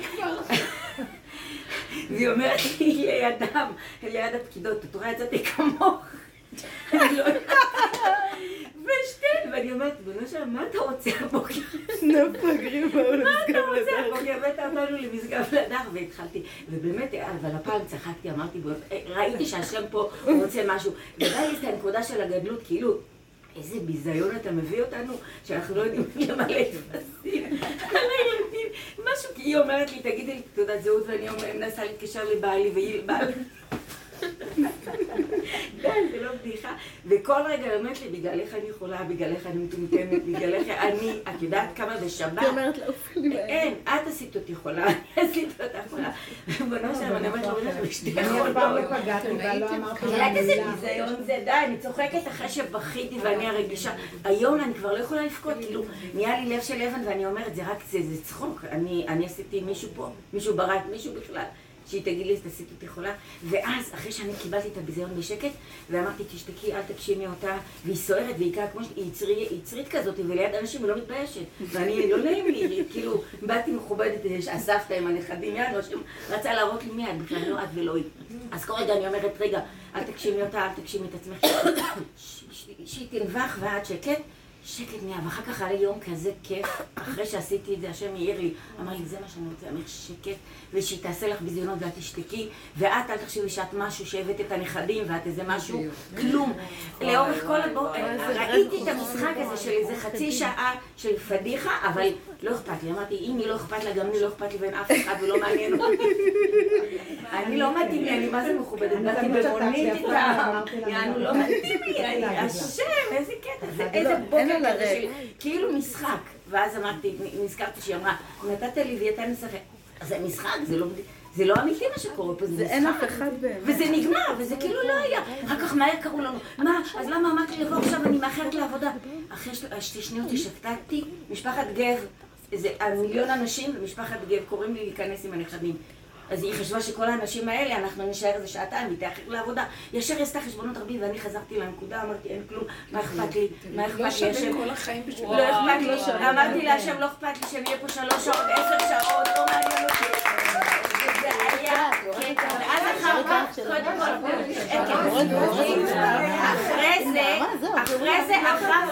והיא אומרת לי ליד הפקידות, את רואה, יצאתי כמוך. אני לא יודעת. ואני אומרת, בנו שם, מה אתה רוצה הבוקר? נפגרים באו למסגב לדח. הבוקר הבאת אותנו למסגב לדח, והתחלתי. ובאמת, אבל הפעם צחקתי, אמרתי, ראיתי שהשם פה רוצה משהו. ובא לי את הנקודה של הגדלות, כאילו, איזה ביזיון אתה מביא אותנו, שאנחנו לא יודעים למלא תפסים. על הילדים, משהו, כי היא אומרת לי, תגידי לי תעודת זהות, ואני מנסה להתקשר לבעלי, והיא בעלי. די, זה לא בדיחה. וכל רגע אומרת לי, בגללך אני יכולה, בגללך אני מטומטמת, בגללך את יודעת כמה בשבת? היא אומרת לה, אין, את עשית אותי חולה, אני עשית אותה חולה. בנו שם, אני אומרת לו, בשתי אני חולות. אף פעם לא פגעתי, ולא אמרתי לה רק איזה מילה. ביזיון זה, די, אני צוחקת אחרי שבכיתי ואני הרגישה. היום אני כבר לא יכולה לבכות, כאילו, נהיה לי לב של אבן ואני אומרת, זה רק, זה צחוק. אני עשיתי מישהו פה, מישהו ברא את מישהו בכלל. שהיא תגיד לי, תעשית אותי חולה. ואז, אחרי שאני קיבלתי את הביזיון בשקט, ואמרתי, תשתקי, אל תגשימי אותה, והיא סוערת, והיא כמו שהיא יצרית כזאת, וליד אנשים היא לא מתביישת. ואני, לא נעים לי, כאילו, באתי מכובדת, הסבתא עם הנכדים, יד, רצה להראות לי מיד, בכלל לא את ולא היא. אז כל רגע אני אומרת, רגע, אל תגשימי אותה, אל תגשימי את עצמך. שהיא תנבח ועד שקט. שקט נהיה, ואחר כך היה לי יום כזה כיף, אחרי שעשיתי את זה, השם העיר לי, אמר לי, זה מה שאני רוצה, אמר שקט, ושהיא תעשה לך ביזיונות ואת תשתקי, ואת אל תחשבי שאת משהו שהבאת את הנכדים, ואת איזה משהו, כלום. לאורך כל ראיתי את המשחק הזה של איזה חצי שעה של פדיחה, אבל לא אכפת לי, אמרתי, אם היא לא אכפת לה, גם לי לא אכפת לי ואין אף אחד ולא מעניין אותי. אני לא מתאים לי, אני מה זה מכובדת, באתי במונית איתה, יענו לא מתאים לי, השם, איזה קטע, איזה בוקר כזה של כאילו משחק. ואז אמרתי, נזכרתי שהיא אמרה, נתת לי ויתן לשחק. זה משחק, זה לא אמיתי מה שקורה פה, זה אין אף אחד באמת. וזה נגמר, וזה כאילו לא היה. אחר כך מהר קראו לנו, מה, אז למה אמרתי לבוא עכשיו, אני מאחרת לעבודה. אחרי 2 שניות ששקטתי, משפחת גב, איזה 1,000,000 אנשים, ומשפחת גב קוראים לי להיכנס עם הנכדים. אז היא חשבה שכל האנשים האלה, אנחנו נשאר איזה שעתיים, והיא תאחר לעבודה. ישר היא עשתה חשבונות רבים, ואני חזרתי לנקודה, אמרתי, אין כלום, מה אכפת לי? מה אכפת לי? לא שווה כל החיים בשביל... לא אכפת לי, אמרתי להשם, לא אכפת לי שאני אהיה פה 3 שעות, 10 שעות, לא מעניין אותי. זה היה קטע, ואז אחר כך, אחרי זה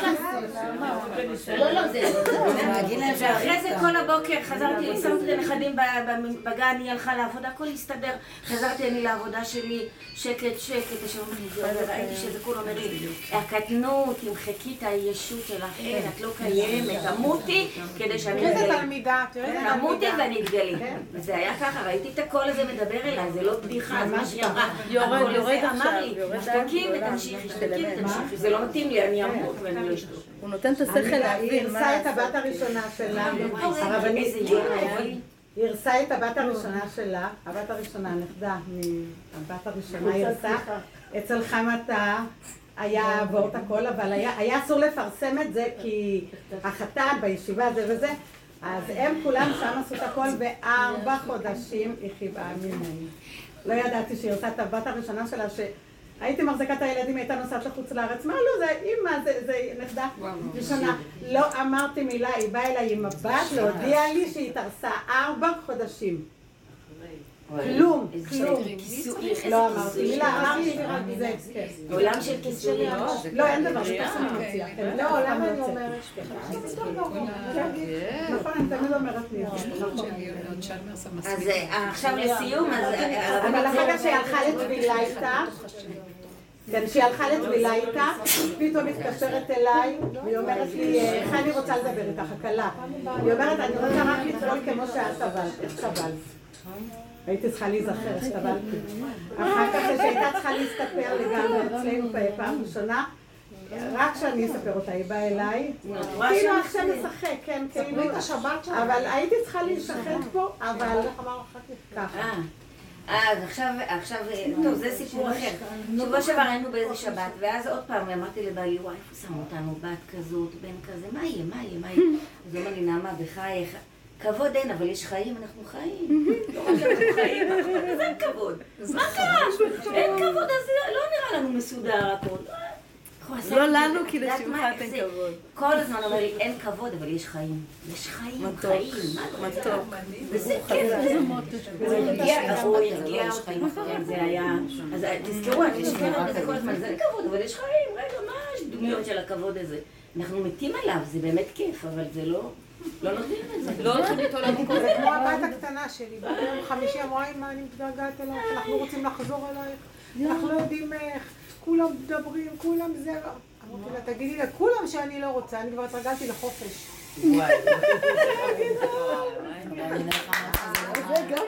אחרי זה כל הבוקר חזרתי, שמתי את הנכדים בגן, היא הלכה לעבודה, הכל הסתדר, חזרתי אני לעבודה שלי, שקט, ראיתי שזה כול אומר לי, הקטנות, תמחקי את הישות שלך, את לא קיימת, תמותי כדי שאני אתגלה. תמותי ואני אתגלי. וזה היה ככה, ראיתי את הקול הזה מדבר אליי, זה לא בדיחה, זה מה שהיא אמרה. יורד אמר לי, שתקי ותמשיכי, זה לא מתאים לי, אני אמות ואני לא אשתוק. הוא נותן את השכל להבין. היא הרסה את הבת הראשונה שלה, הרבנית, היא הרסה את הבת הראשונה שלה, הבת הראשונה, הנכדה מהבת הראשונה, היא הרסה אצל חמתה. היה עבור את הכל, אבל היה אסור לפרסם את זה כי החתן בישיבה זה וזה, אז הם כולם שם עשו את הכל ב4 חודשים היא חיבאה ממני. לא ידעתי שהיא עושה את הבת הראשונה שלה, שהייתי מחזקת הילדים, הייתה נוסעת לחוץ לארץ, מה לא, זה אימא, זה נכדה ראשונה. לא אמרתי מילה, היא באה אליי עם מבט, להודיע לי שהיא תרסה 4 חודשים. כלום. לא אמרתי מילה, אמרתי רק זה. עולם של כיסויים. לא, אין דבר, זה ככה אני מציעה. לא, למה אני אומרת? נכון, אני תמיד אומרת לי. אז עכשיו לסיום, אבל אחר כך שהיא הלכה לטבילה איתה, כשהיא הלכה לטבילה איתה, פתאום מתקשרת אליי, והיא אומרת לי, איך אני רוצה לדבר איתך, הקלה. היא אומרת, אני רוצה רק לטבול כמו שאת טבלת, איך טבלת. הייתי צריכה להיזכר, השתבלתי. אחר כך שהייתה צריכה להסתפר לגמרי אצלנו פעם ראשונה, רק שאני אספר אותה, היא באה אליי, כאילו עכשיו לשחק, כן, כאילו, אבל הייתי צריכה להישחק פה, אבל ככה. אז עכשיו, טוב, זה סיפור אחר. שבוע שעבר היינו באיזה שבת, ואז עוד פעם אמרתי לבעלי, וואי, איפה שמו אותנו, בת כזאת, בן כזה, מה יהיה? אז הוא אמר לי, נעמה, בחייך. כבוד אין, אבל יש חיים, אנחנו חיים. לא רק אנחנו חיים, אז אין כבוד. מה קרה? אין כבוד, אז לא נראה לנו מסודר הכל. לא לנו, כי לשמחת אין כבוד. כל הזמן אומר לי, אין כבוד, אבל יש חיים. יש חיים, חיים. מתוק. וזה כיף. הוא הרגיע אותי, זה היה... אז תזכרו, את לשכרת בזה כל הזמן, זה אין כבוד, אבל יש חיים. רגע, מה הדמויות של הכבוד הזה? אנחנו מתים עליו, זה באמת כיף, אבל זה לא... לא נותנים את זה. לא נותנים איתו למקום. זה כמו הבת הקטנה שלי. ביום חמישי אמרה, אמא, אני מתגעגעת אלייך, אנחנו רוצים לחזור אלייך. אנחנו לא יודעים איך, כולם מדברים, כולם זה... אמרתי לה, תגידי לה, כולם שאני לא רוצה, אני כבר התרגלתי לחופש. וואי. זה גם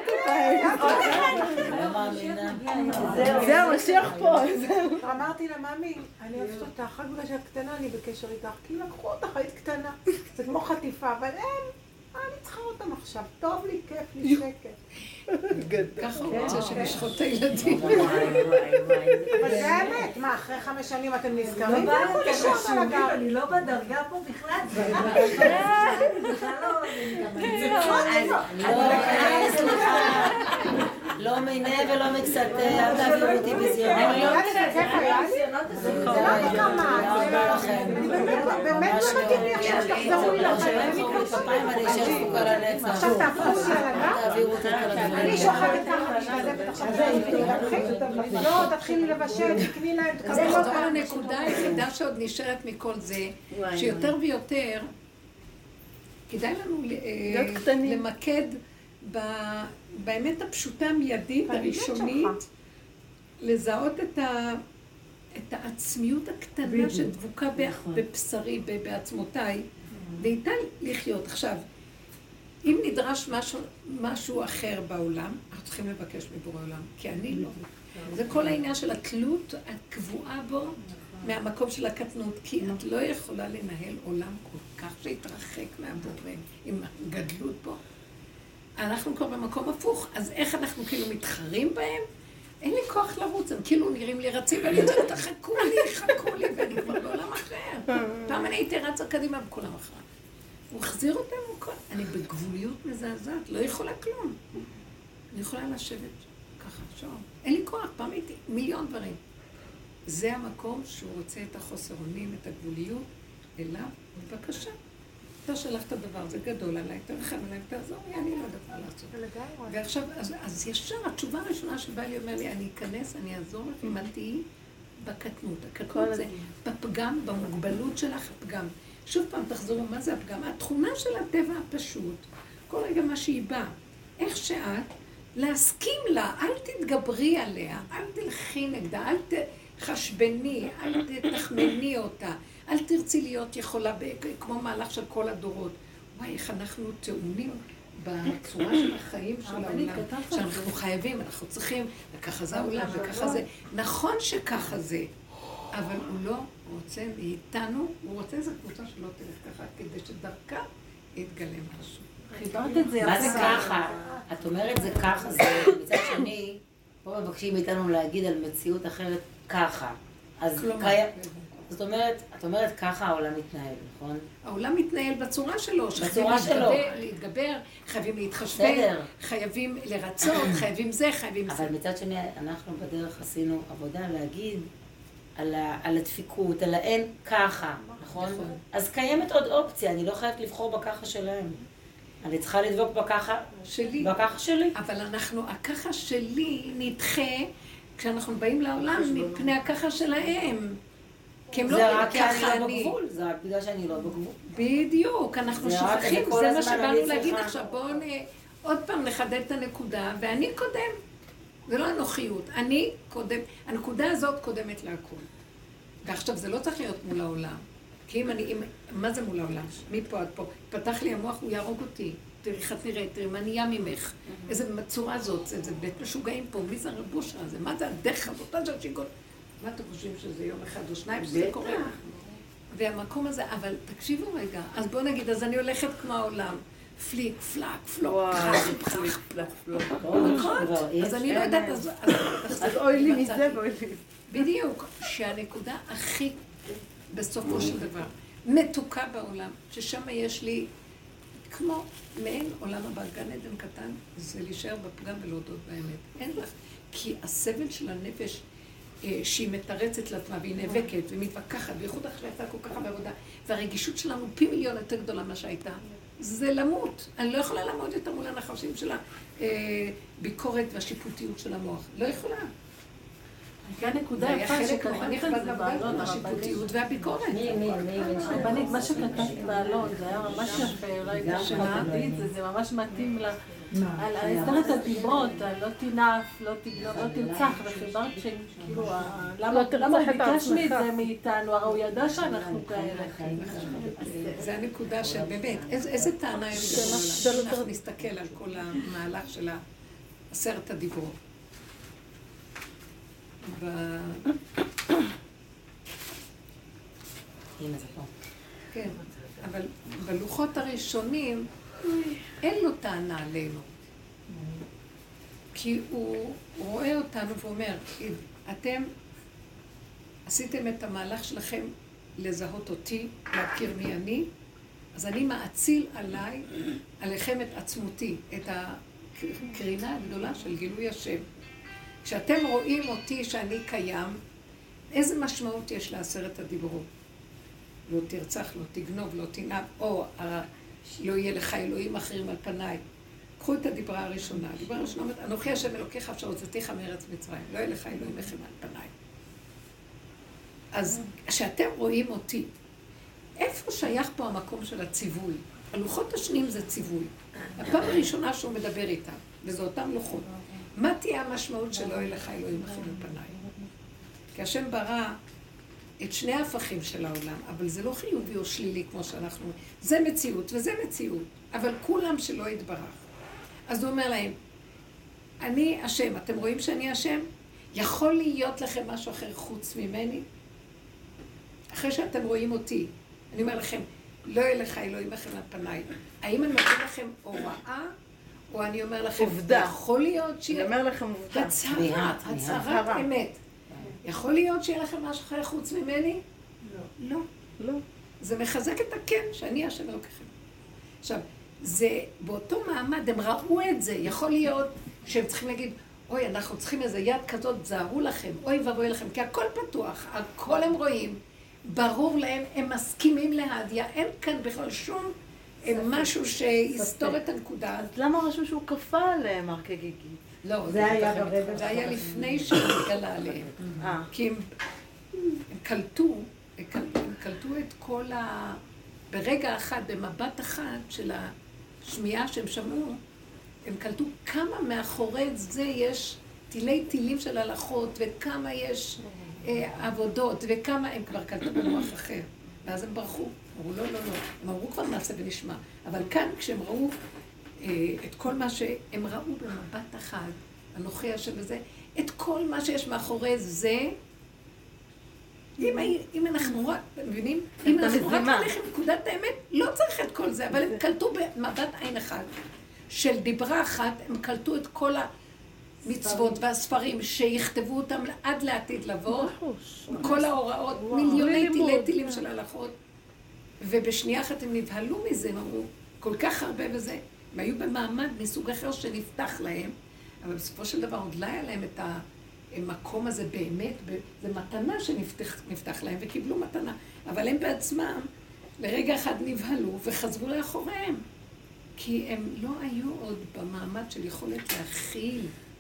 זה המשיח פה. אמרתי לה, ממי, אני אוהבת אותך, רק בגלל שאת קטנה אני בקשר איתך, כי לקחו אותך, היית קטנה. זה כמו חטיפה, אבל אני צריכה אותם עכשיו, טוב לי, כיף לי, שקט. ככה הוא רוצה שנשחוט את הילדים. אבל זה האמת, מה, אחרי 5 שנים אתם נזכרים? אני לא בדרגה פה בכלל. לא מיני ולא מקצת, אל תעבירו אותי בזיונות. זה לא נקמה, באמת לא מתאים לי עכשיו שתחזרו לי עכשיו תהפכו אותי על הגב. תעבירו אותי על הגב. אני שוכבת ככה, משתזפת עכשיו. לא, תתחילי לבשל, תקני להם, תקבלו זה אותם. הנקודה היחידה שעוד נשארת מכל זה, שיותר ויותר כדאי לנו למקד באמת הפשוטה המיידית, הראשונית, לזהות את העצמיות הקטנה שדבוקה בבשרי, בעצמותיי, ואיתה לחיות. עכשיו, אם נדרש משהו אחר בעולם, אנחנו צריכים לבקש מבורא עולם, כי אני לא. זה כל העניין של התלות הקבועה בו מהמקום של הקטנות, כי את לא יכולה לנהל עולם כל כך שהתרחק מהבורא עם הגדלות בו. אנחנו כבר במקום הפוך, אז איך אנחנו כאילו מתחרים בהם? אין לי כוח לרוץ, הם כאילו נראים לי רצים, ואני אומרת, חכו לי, ואני כבר בעולם אחר. פעם אני הייתי רצה קדימה וכולם אחר. הוא החזיר אותם, אני בגבוליות מזעזעת, לא יכולה כלום. אני יכולה לשבת ככה, שום. אין לי כוח, פעם הייתי 1,000,000 דברים. זה המקום שהוא רוצה את החוסר אונים, את הגבוליות, אליו, בבקשה. אתה שלח את הדבר, זה גדול עליי, תרחם עליי, תעזור לי, אני לא יודעת מה לעשות. ועכשיו, אז ישר, התשובה הראשונה שבא לי אומר לי, אני אכנס, אני אעזור לך אם את תהיי בקטנות. הקטנות זה בפגם, במוגבלות שלך הפגם. שוב פעם תחזרו, מה זה הפגם? התכונה של הטבע הפשוט, כל רגע מה שהיא באה, איך שאת, להסכים לה, אל תתגברי עליה, אל תלכי נגדה, אל תחשבני, אל תתחמני אותה, אל תרצי להיות יכולה, כמו מהלך של כל הדורות. וואי, איך אנחנו טעונים בצורה של החיים של העולם, שאנחנו חייבים, אנחנו צריכים, וככה זה העולם, וככה זה. נכון שככה זה, אבל הוא לא רוצה מאיתנו, הוא רוצה איזו קבוצה שלא תלך ככה, כדי שדרכה יתגלה משהו. חיברת את זה. מה זה ככה? את אומרת זה ככה, זה מצד שני, פה מבקשים מאיתנו להגיד על מציאות אחרת ככה. אז זאת אומרת, את אומרת ככה העולם מתנהל, נכון? העולם מתנהל בצורה שלו, שחייבים להתגבר, חייבים להתחשבן, חייבים לרצות, חייבים זה, חייבים זה. אבל מצד שני, אנחנו בדרך עשינו עבודה להגיד על הדפיקות, על האין ככה, נכון? אז קיימת עוד אופציה, אני לא חייבת לבחור בככה שלהם. אני צריכה לדבוק בככה שלי. בככה שלי. אבל הככה שלי נדחה כשאנחנו באים לעולם מפני הככה שלהם. זה רק כי אני לא בגבול, זה רק בגלל שאני לא בגבול. בדיוק, אנחנו שוכחים, זה מה שבאנו להגיד עכשיו. בואו עוד פעם נחדד את הנקודה, ואני קודם. זה לא הנוחיות, אני קודם, הנקודה הזאת קודמת להכל. ועכשיו זה לא צריך להיות מול העולם. כי מה זה מול העולם? מפה עד פה? פתח לי המוח, הוא יהרוג אותי. תראי איך את נראית, תראי מה נהיה ממך. איזה צורה זאת, איזה בית משוגעים פה, מי זה הרבושה הזה? מה זה הדרך הזאת? מה זה השיגות? מה אתם חושבים שזה יום אחד או שניים שזה קורה? והמקום הזה, אבל תקשיבו רגע, אז בואו נגיד, אז אני הולכת כמו העולם. פליק, פלק, פלוק, פלק, פלוק. אז אני לא יודעת, אז אוי לי מזה ואוי לי. בדיוק, שהנקודה הכי בסופו של דבר מתוקה בעולם, ששם יש לי כמו מעין עולם הבא, גן עדן קטן, זה להישאר בפגם ולהודות באמת. אין לך, כי הסבל של הנפש שהיא מתרצת לעצמה והיא נאבקת ומתווכחת, בייחוד אחרי הייתה כל כך בעבודה, והרגישות שלנו פי מיליון יותר גדולה מה שהייתה, זה למות. אני לא יכולה לעמוד יותר מול הנחשים של הביקורת והשיפוטיות של המוח. לא יכולה. הייתה נקודה יפה שכתבת את זה בעלון, השיפוטיות והביקורת. רבנית, מה שכתבת בעלון, זה היה ממש יפה, אולי גם שמעתי את זה, זה ממש מתאים לה. על הסדרת הדיברות, לא תינף, לא תגנוב, לא תרצח, וחיברת שכאילו, למה הוא ביקש לי את זה מאיתנו, הרי הוא ידע שאנחנו כאלה. זה הנקודה של באמת, איזה טענה יש לנו? אנחנו נסתכל על כל המהלך של 10 הדיברות. כן, אבל בלוחות הראשונים אין לו טענה עלינו. כי הוא רואה אותנו ואומר, אתם עשיתם את המהלך שלכם לזהות אותי, להכיר מי אני, אז אני מאציל עליכם את עצמותי, את הקרינה הגדולה של גילוי השם. כשאתם רואים אותי שאני קיים, איזה משמעות יש ל10 הדיברות? לא תרצח, לא תגנוב, לא תנאב, או לא יהיה לך אלוהים אחרים על פניי. קחו את הדיברה הראשונה. הדיברה הראשונה אומרת, אנוכי השם אלוקיך אשר הוצאתיך מארץ מצרים. לא יהיה לך אלוהים אחרים על פניי. אז כשאתם רואים אותי, איפה שייך פה המקום של הציווי? הלוחות השניים זה ציווי. הפעם הראשונה שהוא מדבר איתם, וזה אותם לוחות. מה תהיה המשמעות שלא יהיה לך אלוהים אחרים על פניי? כי השם ברא את שני ההפכים של העולם, אבל זה לא חיובי או שלילי כמו שאנחנו... זה מציאות וזה מציאות, אבל כולם שלא יתברך. אז הוא אומר להם, אני השם, אתם רואים שאני השם? יכול להיות לכם משהו אחר חוץ ממני? אחרי שאתם רואים אותי, אני אומר לכם, לא יהיה לך אלוהים אחרים על פניי. האם אני אומר לכם הוראה, או אני אומר לכם, עובדה. יכול להיות שיהיה... אני אומר לכם עובדה. הצהרת אמת. יכול להיות שיהיה לכם משהו אחר חוץ ממני? לא. לא. זה מחזק את הכן שאני השם אלוקיכם. עכשיו, זה באותו מעמד, הם ראו את זה. יכול להיות שהם צריכים להגיד, אוי, אנחנו צריכים איזה יד כזאת, זהרו לכם, אוי ובואי לכם, כי הכל פתוח, הכל הם רואים, ברור להם, הם מסכימים להדיה, אין כאן בכלל שום משהו שיסתור את הנקודה. אז למה רשו שהוא כפה עליהם הר כגיגית? לא, זה היה ברבע. זה היה לפני שהתגלה עליהם. כי הם קלטו את כל ברגע אחד, במבט אחד של השמיעה שהם שמעו, הם קלטו כמה מאחורי זה יש תילי תילים של הלכות, וכמה יש עבודות, וכמה הם כבר קלטו במוח אחר. ואז הם ברחו. אמרו, לא. הם אמרו כבר נעשה ונשמע. אבל כאן, כשהם ראו את כל מה שהם ראו במבט אחד, אנוכי השם וזה, את כל מה שיש מאחורי זה, אם אנחנו רק, מבינים? אם אנחנו רק נלך עם נקודת האמת, לא צריך את כל זה, אבל הם קלטו במבט עין אחד, של דיברה אחת, הם קלטו את כל המצוות והספרים שיכתבו אותם עד לעתיד לבוא, כל ההוראות, מיליוני טילים של הלכות, ובשנייה אחת הם נבהלו מזה, הם אמרו, כל כך הרבה וזה, הם היו במעמד מסוג אחר שנפתח להם, אבל בסופו של דבר עוד לא היה להם את המקום הזה באמת, זה מתנה שנפתח להם וקיבלו מתנה, אבל הם בעצמם לרגע אחד נבהלו וחזרו לאחוריהם, כי הם לא היו עוד במעמד של יכולת להכיל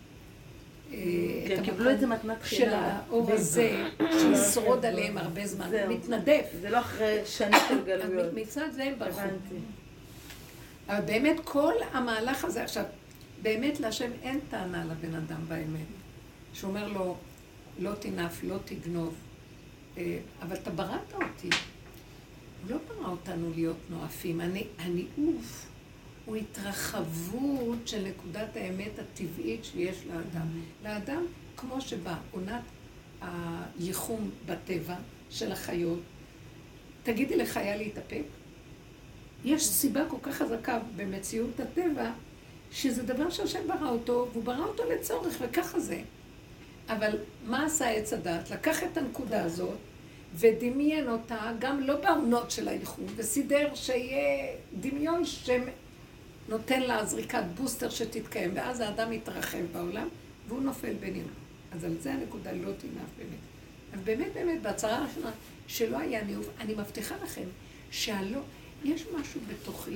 את המקום של האור הזה, שישרוד עליהם הרבה זמן, מתנדף. זה לא אחרי שנים של גלויות. מצד זה הם ברחו. אבל באמת כל המהלך הזה, עכשיו, באמת להשם אין טענה לבן אדם באמת, שאומר לו, לא תנף, לא תגנוב, אבל אתה בראת אותי. הוא לא ברא אותנו להיות נואפים. הניאוף הוא התרחבות של נקודת האמת הטבעית שיש לאדם. לאדם, כמו שבא עונת הייחום בטבע של החיות, תגידי לחיה להתאפק, יש סיבה כל כך חזקה במציאות הטבע, שזה דבר שהשם ברא אותו, והוא ברא אותו לצורך, וככה זה. אבל מה עשה עץ הדת? לקח את הנקודה הזאת, ודמיין אותה גם לא בעונות של הייחום, וסידר שיהיה דמיון שנותן לה זריקת בוסטר שתתקיים, ואז האדם יתרחב בעולם, והוא נופל בינינו. אז על זה הנקודה לא תנף באמת. אבל באמת, בהצהרה הראשונה, שלא היה ניאוף, אני מבטיחה לכם, יש משהו בתוכי,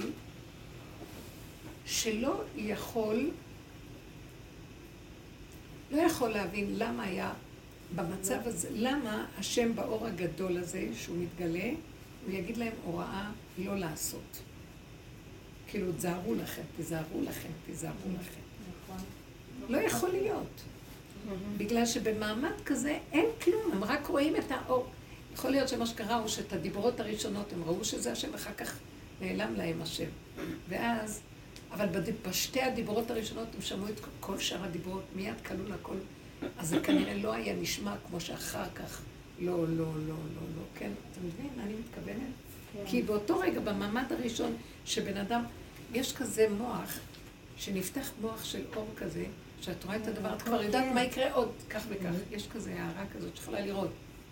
שלא יכול להבין למה היה במצב הזה, למה השם באור הגדול הזה שהוא מתגלה, הוא יגיד להם הוראה לא לעשות. כאילו, תזהרו לכם, תזהרו לכם, תזהרו לכם. לא יכול להיות. בגלל שבמעמד כזה אין כלום, הם רק רואים את האור. יכול להיות שמה שקרה הוא שאת הדיברות הראשונות הם ראו שזה השם, אחר כך נעלם להם השם. ואז, אבל בשתי הדיברות הראשונות הם שמעו את כל שאר הדיברות, מיד קלו לכל, אז זה כנראה לא היה נשמע כמו שאחר כך, לא, כן? אתה מבין? אני מתכוונת? כי באותו רגע, במעמד הראשון, שבן אדם, יש כזה מוח, שנפתח מוח של אור כזה, שאת רואה את הדבר, את כבר יודעת מה יקרה עוד, כך וכך. יש כזה הערה כזאת שיכולה לראות.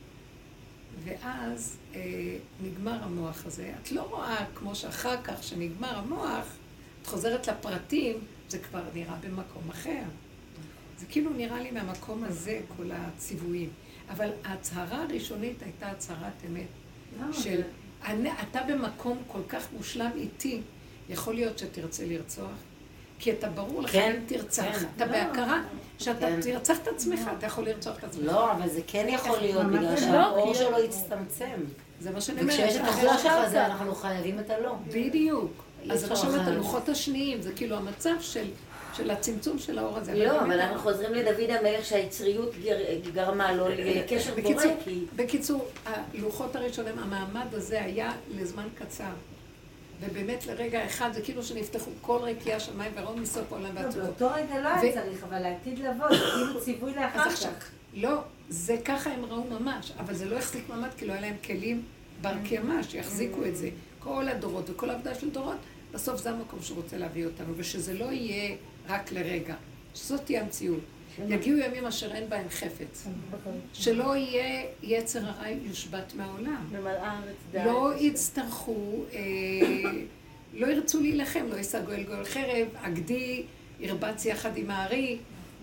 ואז נגמר המוח הזה. את לא רואה כמו שאחר כך שנגמר המוח, את חוזרת לפרטים, זה כבר נראה במקום אחר. זה כאילו נראה לי מהמקום הזה, כל הציוויים. אבל ההצהרה הראשונית הייתה הצהרת אמת של אתה במקום כל כך מושלם איתי, יכול להיות שתרצה לרצוח, כי אתה ברור לך אם תרצח. אתה בהכרה שאתה תרצח את עצמך, אתה יכול לרצוח את עצמך. לא, אבל זה כן יכול להיות בגלל שהאור שלו יצטמצם. זה מה שאני אומרת. וכשיש את החושך הזה, אנחנו חייבים את הלא. בדיוק. אז זה מה שאומרת, הלוחות השניים, זה כאילו המצב של הצמצום של האור הזה. לא, אבל אנחנו חוזרים לדוד המלך שהיצריות גרמה לו לקשר בורא. בקיצור, הלוחות הראשונים, המעמד הזה היה לזמן קצר. ובאמת לרגע אחד זה כאילו שנפתחו כל רקיעה של מים ורום מסוף העולם ועצמו. באותו רגע לא היה צריך, אבל לעתיד לבוא, זה כאילו ציווי לאחר כך. לא, זה ככה הם ראו ממש, אבל זה לא החזיק ממש, כי לא היה להם כלים בר קיימא שיחזיקו את זה. כל הדורות וכל העבודה של דורות, בסוף זה המקום שרוצה להביא אותנו, ושזה לא יהיה רק לרגע, שזאת תהיה המציאות. יגיעו ימים אשר אין בהם חפץ, שלא יהיה יצר הרע יושבת מהעולם. לא יצטרכו, לא ירצו להילחם, לא ישגו אל גואל חרב, עגדי ירבץ יחד עם הארי,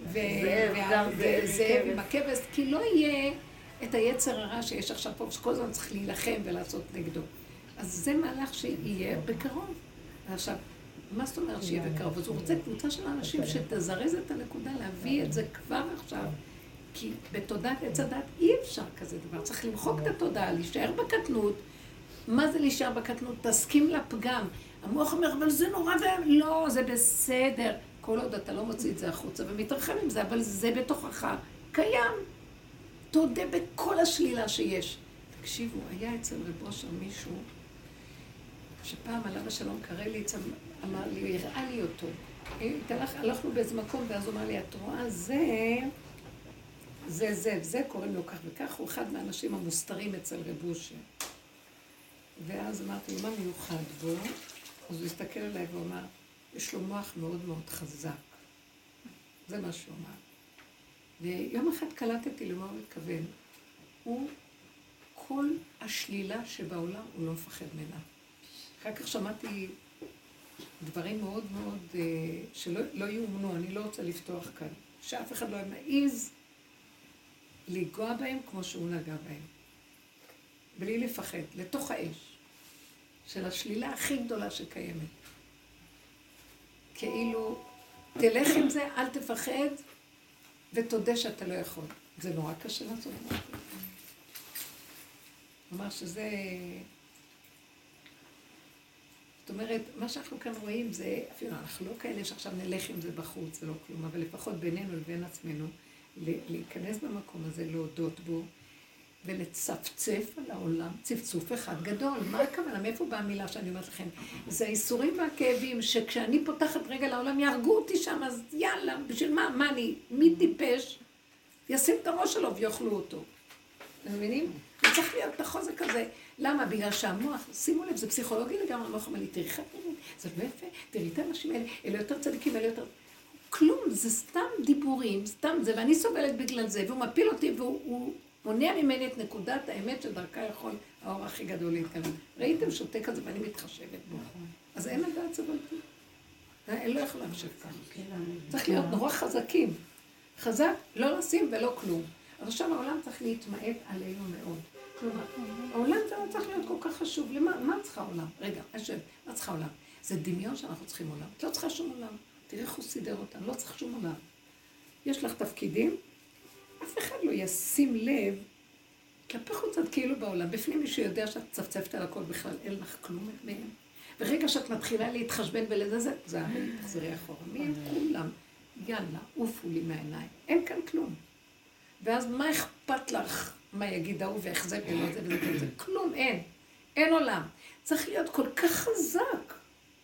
וזאב עם הכבש, כי לא יהיה את היצר הרע שיש עכשיו פה, שכל הזמן צריך להילחם ולעשות נגדו. אז זה מהלך שיהיה בקרוב. עכשיו, מה זאת אומרת שיהיה בקרוב? אז הוא רוצה קבוצה של אנשים שתזרז את הנקודה, להביא את זה כבר עכשיו. כי בתודעת עץ הדת אי אפשר כזה דבר. צריך למחוק את התודעה, להישאר בקטנות. מה זה להישאר בקטנות? תסכים לפגם. המוח אומר, אבל זה נורא לא, זה בסדר. כל עוד אתה לא מוציא את זה החוצה ומתרחם עם זה, אבל זה בתוכך קיים. תודה בכל השלילה שיש. תקשיבו, היה אצל רב אושר מישהו, שפעם עליו השלום קרא לי, אמר לי, הראה לי אותו. הלכנו באיזה מקום, ואז הוא אמר לי, את רואה, זה, קוראים לו כך וכך, הוא אחד מהאנשים המוסתרים אצל רב אושר. ואז אמרתי, מה מיוחד בו? אז הוא הסתכל עליי ואומר, יש לו מוח מאוד מאוד חזק. זה מה שהוא אמר. ויום אחד קלטתי למה הוא מתכוון. הוא, כל השלילה שבעולם, הוא לא מפחד ממנה. אחר כך שמעתי דברים מאוד מאוד שלא יאומנו, אני לא רוצה לפתוח כאן. שאף אחד לא מעז לגוע בהם כמו שהוא נגע בהם. בלי לפחד, לתוך האש. של השלילה הכי גדולה שקיימת. כאילו, תלך עם זה, אל תפחד, ותודה שאתה לא יכול. זה נורא קשה לעשות. כלומר שזה... זאת אומרת, מה שאנחנו כאן רואים זה, אפילו אנחנו לא כאלה שעכשיו נלך עם זה בחוץ, זה לא כלום, אבל לפחות בינינו לבין עצמנו, להיכנס במקום הזה, להודות בו, ולצפצף על העולם, צפצוף אחד גדול. מה הכוונה? מאיפה באה המילה שאני אומרת לכם? זה האיסורים והכאבים, שכשאני פותחת רגע לעולם, יהרגו אותי שם, אז יאללה, בשביל מה? מה אני? מי טיפש? ישים את הראש שלו ויאכלו אותו. אתם מבינים? זה צריך להיות את החוזק הזה. למה? בגלל שהמוח, שימו לב, זה פסיכולוגי לגמרי, המוח אומר לי, תראי חתנים, זה לא יפה, תראי את האנשים האלה, אלה יותר צדיקים, אלה יותר... כלום, זה סתם דיבורים, סתם זה, ואני סובלת בגלל זה, והוא מפיל אותי, והוא מונע ממני את נקודת האמת שדרכה יכול האור הכי גדול להתקדם. ראיתם שותה כזה ואני מתחשבת בו. אז אין לדעת סבלתי. אין לא יכול להמשיך ככה. צריך להיות נורא חזקים. חזק, לא לשים ולא כלום. אבל עכשיו העולם צריך להתמעט עלינו מאוד. כלומר, העולם זה לא צריך להיות כל כך חשוב. מה צריכה העולם? רגע, מה צריכה העולם? זה דמיון שאנחנו צריכים עולם. את לא צריכה שום עולם. תראי איך הוא סידר אותם, לא צריך שום עולם. יש לך תפקידים, אף אחד לא ישים לב, כלפי חוצת כאילו בעולם, בפנים מישהו יודע שאת צפצפת על הכל בכלל, אין לך כלום מהם. ורגע שאת מתחילה להתחשבן ולזה, זה הרי תחזרי אחורה. מי הם כולם? יאללה, עופו לי מהעיניים. אין כאן כלום. ואז מה אכפת לך מה יגיד ההוא ואיך זה ולא זה וזה וזה? כלום, אין עולם. צריך להיות כל כך חזק.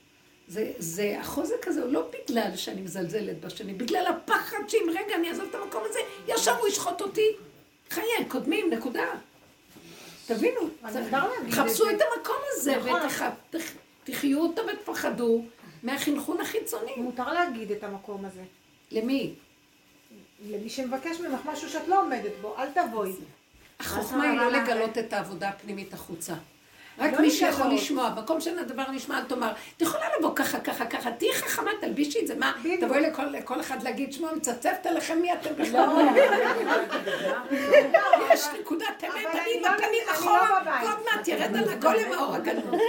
זה החוזק הזה הוא לא בגלל שאני מזלזלת בשני, בגלל הפחד שאם רגע אני אעזוב את המקום הזה, ישר הוא ישחוט אותי. חיי, קודמים, נקודה. תבינו, חפשו את המקום הזה ותחיו אותו ותפחדו מהחינכון החיצוני. מותר להגיד את המקום הזה. למי? למי שמבקש ממך משהו שאת לא עומדת בו, אל תבואי. החוכמה היא לא לגלות את העבודה הפנימית החוצה. רק מי שיכול לשמוע, במקום שהדבר נשמע, אל תאמר, את יכולה לבוא ככה, ככה, ככה, תהי חכמה, תלבישי את זה, מה? תבואי לכל אחד להגיד, שמוע, מצצפת עליכם מי אתם בכלל. יש נקודת אמת, אני בפנים אחורה, ועוד מעט ירד על הגולם האור הגנוב.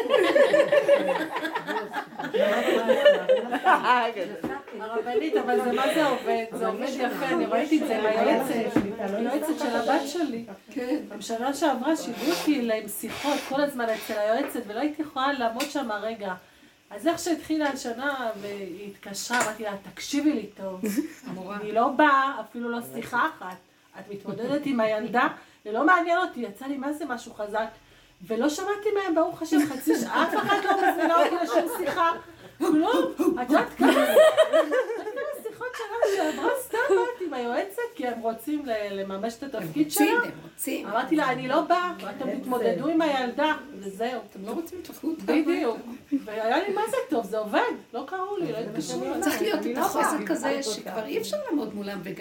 הרבנית, אבל זה מה זה עובד? זה עובד יפה, אני ראיתי את זה היועצת של הבת שלי. בשנה שעברה שיגעו אותי להם שיחות כל הזמן אצל היועצת, ולא הייתי יכולה לעמוד שם רגע. אז איך שהתחילה השנה והיא התקשרה, אמרתי לה, תקשיבי לי טוב. אני לא באה, אפילו לא שיחה אחת. את מתמודדת עם הילדה, ולא מעניין אותי, יצא לי מה זה משהו חזק. ולא שמעתי מהם, ברוך השם, חצי שעה, אף אחד לא מזמינה אותי לשום שיחה. כלום, את יודעת כמה שיחות שלה שעברה סתם באתי עם היועצת, כי הם רוצים לממש את התפקיד שלה. הם רוצים. אמרתי לה, אני לא באה, אתם תתמודדו עם הילדה, וזהו. אתם לא רוצים תחכו אותה. בדיוק. והיה לי מה זה טוב, זה עובד, לא קראו לי, לא התקשרו. צריך להיות את החוזק הזה שכבר אי אפשר לעמוד מולם וגם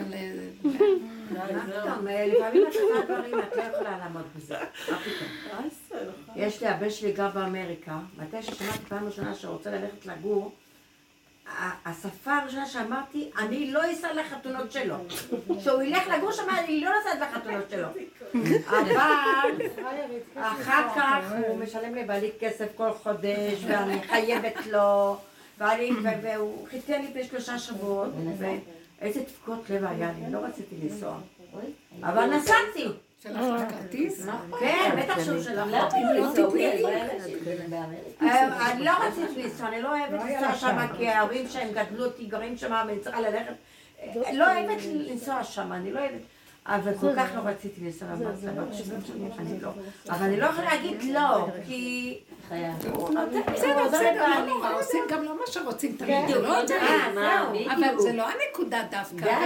לפעמים את עושה דברים, את לא יכולה לעמוד בזה. מה פתאום? יש לי, הבן שלי גר באמריקה, מתי ששמעתי פעם ראשונה שרוצה ללכת לגור, השפה הראשונה שאמרתי, אני לא אסע לחתונות שלו. שהוא ילך לגור שם, אני לא נסעת לחתונות שלו. אבל אחר כך הוא משלם לבעלי כסף כל חודש, ואני חייבת לו, והוא חיתן לי ב3 שבועות, ואיזה דפקות לב היה לי, לא רציתי לנסוע. אבל נסעתי. שלח לך כרטיס? כן, בטח שהוא שלח לך. אני לא רציתי לנסוע, אני לא אוהבת לנסוע שם, כי ההורים שהם גדלו אותי, גרים שם, ואני צריכה ללכת. לא אוהבת לנסוע שם, אני לא אוהבת. אבל כל כך לא רציתי לנסוע למרצה, אבל אני לא יכולה להגיד לא, כי... בסדר, לא עושים גם לא מה שרוצים תמיד, אבל זה לא הנקודה דווקא,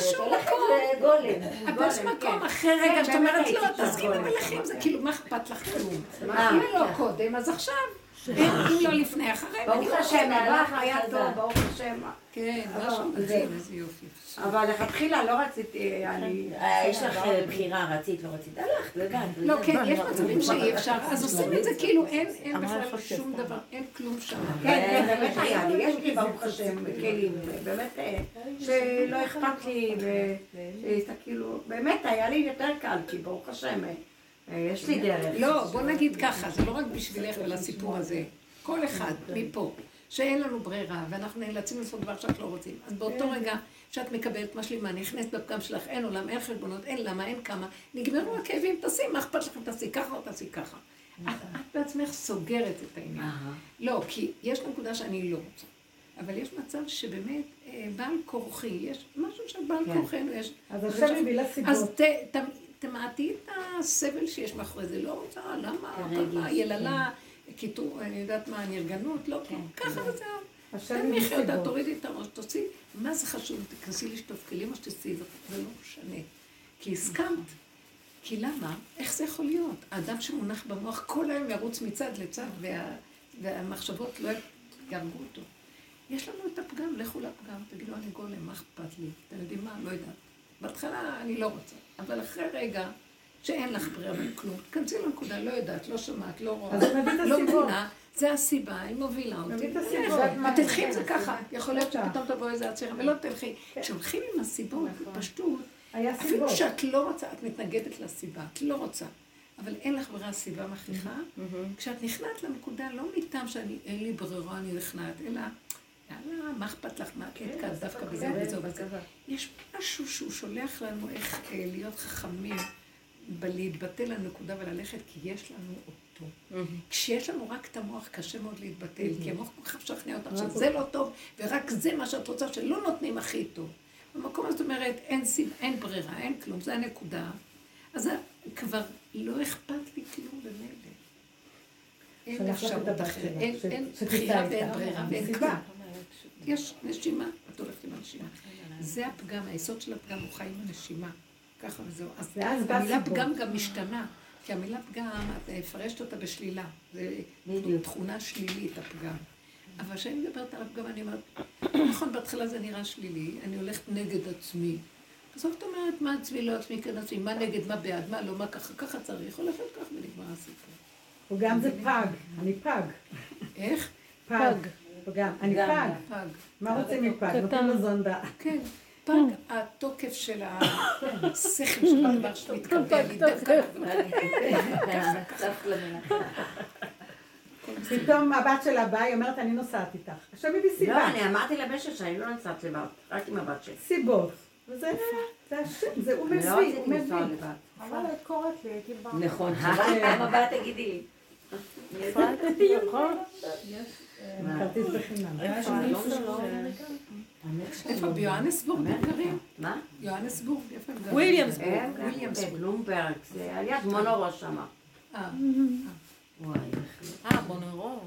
אבל יש מקום אחרי רגע שאת אומרת לא, תסכימי מלכים, זה כאילו מה אכפת לך כלום, אם לא קודם, אז עכשיו, אם לא לפני, אחרי, ברוך השם, הלך היה טוב, ברוך השם. כן, משהו בזה, איזה יופי. אבל לכתחילה לא רציתי, יש לך בחירה, רצית, לא רצית, הלכת, לבד. לא, כן, יש מצבים שאי אפשר, אז עושים את זה כאילו אין בכלל שום דבר, אין כלום שם. כן, באמת היה לי, יש לי ברוך השם כלים, באמת שלא אכפת לי, וכאילו, באמת היה לי יותר קל, כי ברוך השם, יש לי דרך. לא, בוא נגיד ככה, זה לא רק בשבילך ולסיפור הזה, כל אחד מפה. שאין לנו ברירה, ואנחנו נאלצים לעשות דבר שאת לא רוצים. אז באותו רגע שאת מקבלת משלימה, נכנסת בפגם שלך, אין עולם, אין חשבונות, אין למה, אין כמה, נגמרו הכאבים, תעשי, מה אכפת לכם, תעשי ככה או תעשי ככה. את בעצמך סוגרת את העניין. לא, כי יש נקודה שאני לא רוצה. אבל יש מצב שבאמת בעל כורחי, יש משהו שבעל כורחנו יש. אז עכשיו מביא לסיבות. אז תמעטי את הסבל שיש מאחורי זה, לא רוצה, למה, יללה, כיתור, אני יודעת מה, נרגנות, לא, ככה וזהו. תנמיכי אותה, תורידי את הראש, תוציא, מה זה חשוב, תכנסי לשטוף כלים או שתעשי, זה לא משנה. כי הסכמת. כי למה? איך זה יכול להיות? האדם שמונח במוח כל היום ירוץ מצד לצד, והמחשבות לא ירגו אותו. יש לנו את הפגם, לכו לפגם, תגידו, אני גולם, מה אכפת לי? אתם יודעים מה? לא יודעת. בהתחלה אני לא רוצה, אבל אחרי רגע, שאין לך ברירה בכלום, תכנסי לנקודה, לא יודעת, לא שמעת, לא רואה, לא מבינה, זה הסיבה, היא מובילה אותי. את תלכי עם זה ככה, יכול להיות שפתאום תבוא איזה עצירה, ולא תלכי. כשהולכים עם הסיבות, פשטות, אפילו שאת לא רוצה, את מתנגדת לסיבה, את לא רוצה, אבל אין לך ברירה, הסיבה מכריחה. כשאת נכנעת לנקודה, לא מטעם שאין לי ברירה, אני נכנעת, אלא, יאללה, מה אכפת לך, מה את נתקעת דווקא בזה ובזה ובזה. יש משהו שהוא שולח לנו איך להיות חכמים, בלהתבטל לנקודה וללכת, כי יש לנו אותו. כשיש לנו רק את המוח, קשה מאוד להתבטל, כי המוח כל כך משכנע אותך שזה לא טוב, ורק זה מה שאת רוצה, שלא נותנים הכי טוב. במקום הזאת אומרת, אין ברירה, אין כלום, זה הנקודה. אז כבר לא אכפת לי כלום במילא. אין אפשרות אחרת, אין בחירה ואין ברירה ואין כלום. יש נשימה, את הולכת עם הנשימה. זה הפגם, היסוד של הפגם הוא חיים הנשימה. ככה וזהו. אז המילה פגם גם משתנה, כי המילה פגם, את מפרשת אותה בשלילה. זה תכונה שלילית, הפגם. אבל כשאני מדברת על הפגם, אני אומרת, נכון, בהתחלה זה נראה שלילי, אני הולכת נגד עצמי. בסוף את אומרת, מה עצמי, לא עצמי, כן עצמי, מה נגד, מה בעד, מה לא, מה ככה, ככה צריך, הולכת כך ונגמר הסיפור. וגם זה פג, אני פג. איך? פג. וגם, אני פג. מה רוצים מפג? נותנים לו זונדה. כן. פג התוקף של השכל של הדבר שמתקבל לי דווקא. פתאום הבת שלה באה, היא אומרת, אני נוסעת איתך. עכשיו מביא סיבה. לא, אני אמרתי לבשת שאני לא נוסעת לבד, רק עם הבת שלי. סיבות. וזה השם, זה הוא מביא. לא רציתי לנסוע לבד. אבל את קוראת לי, הייתי באה. נכון, פעם הבאה תגידי לי. נכון. כרטיס בחינם. איפה? ביואנסבורג גרים? מה? יואנסבורג, איפה הם גרים? וויליאמסבורג. בלומברג, זה על יד מונורו שמה. וואי, בונרו.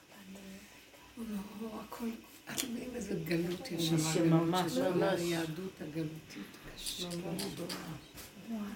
הכל, את יודעים איזה גלות יש שם. שממש, היהדות הגלותית קשה.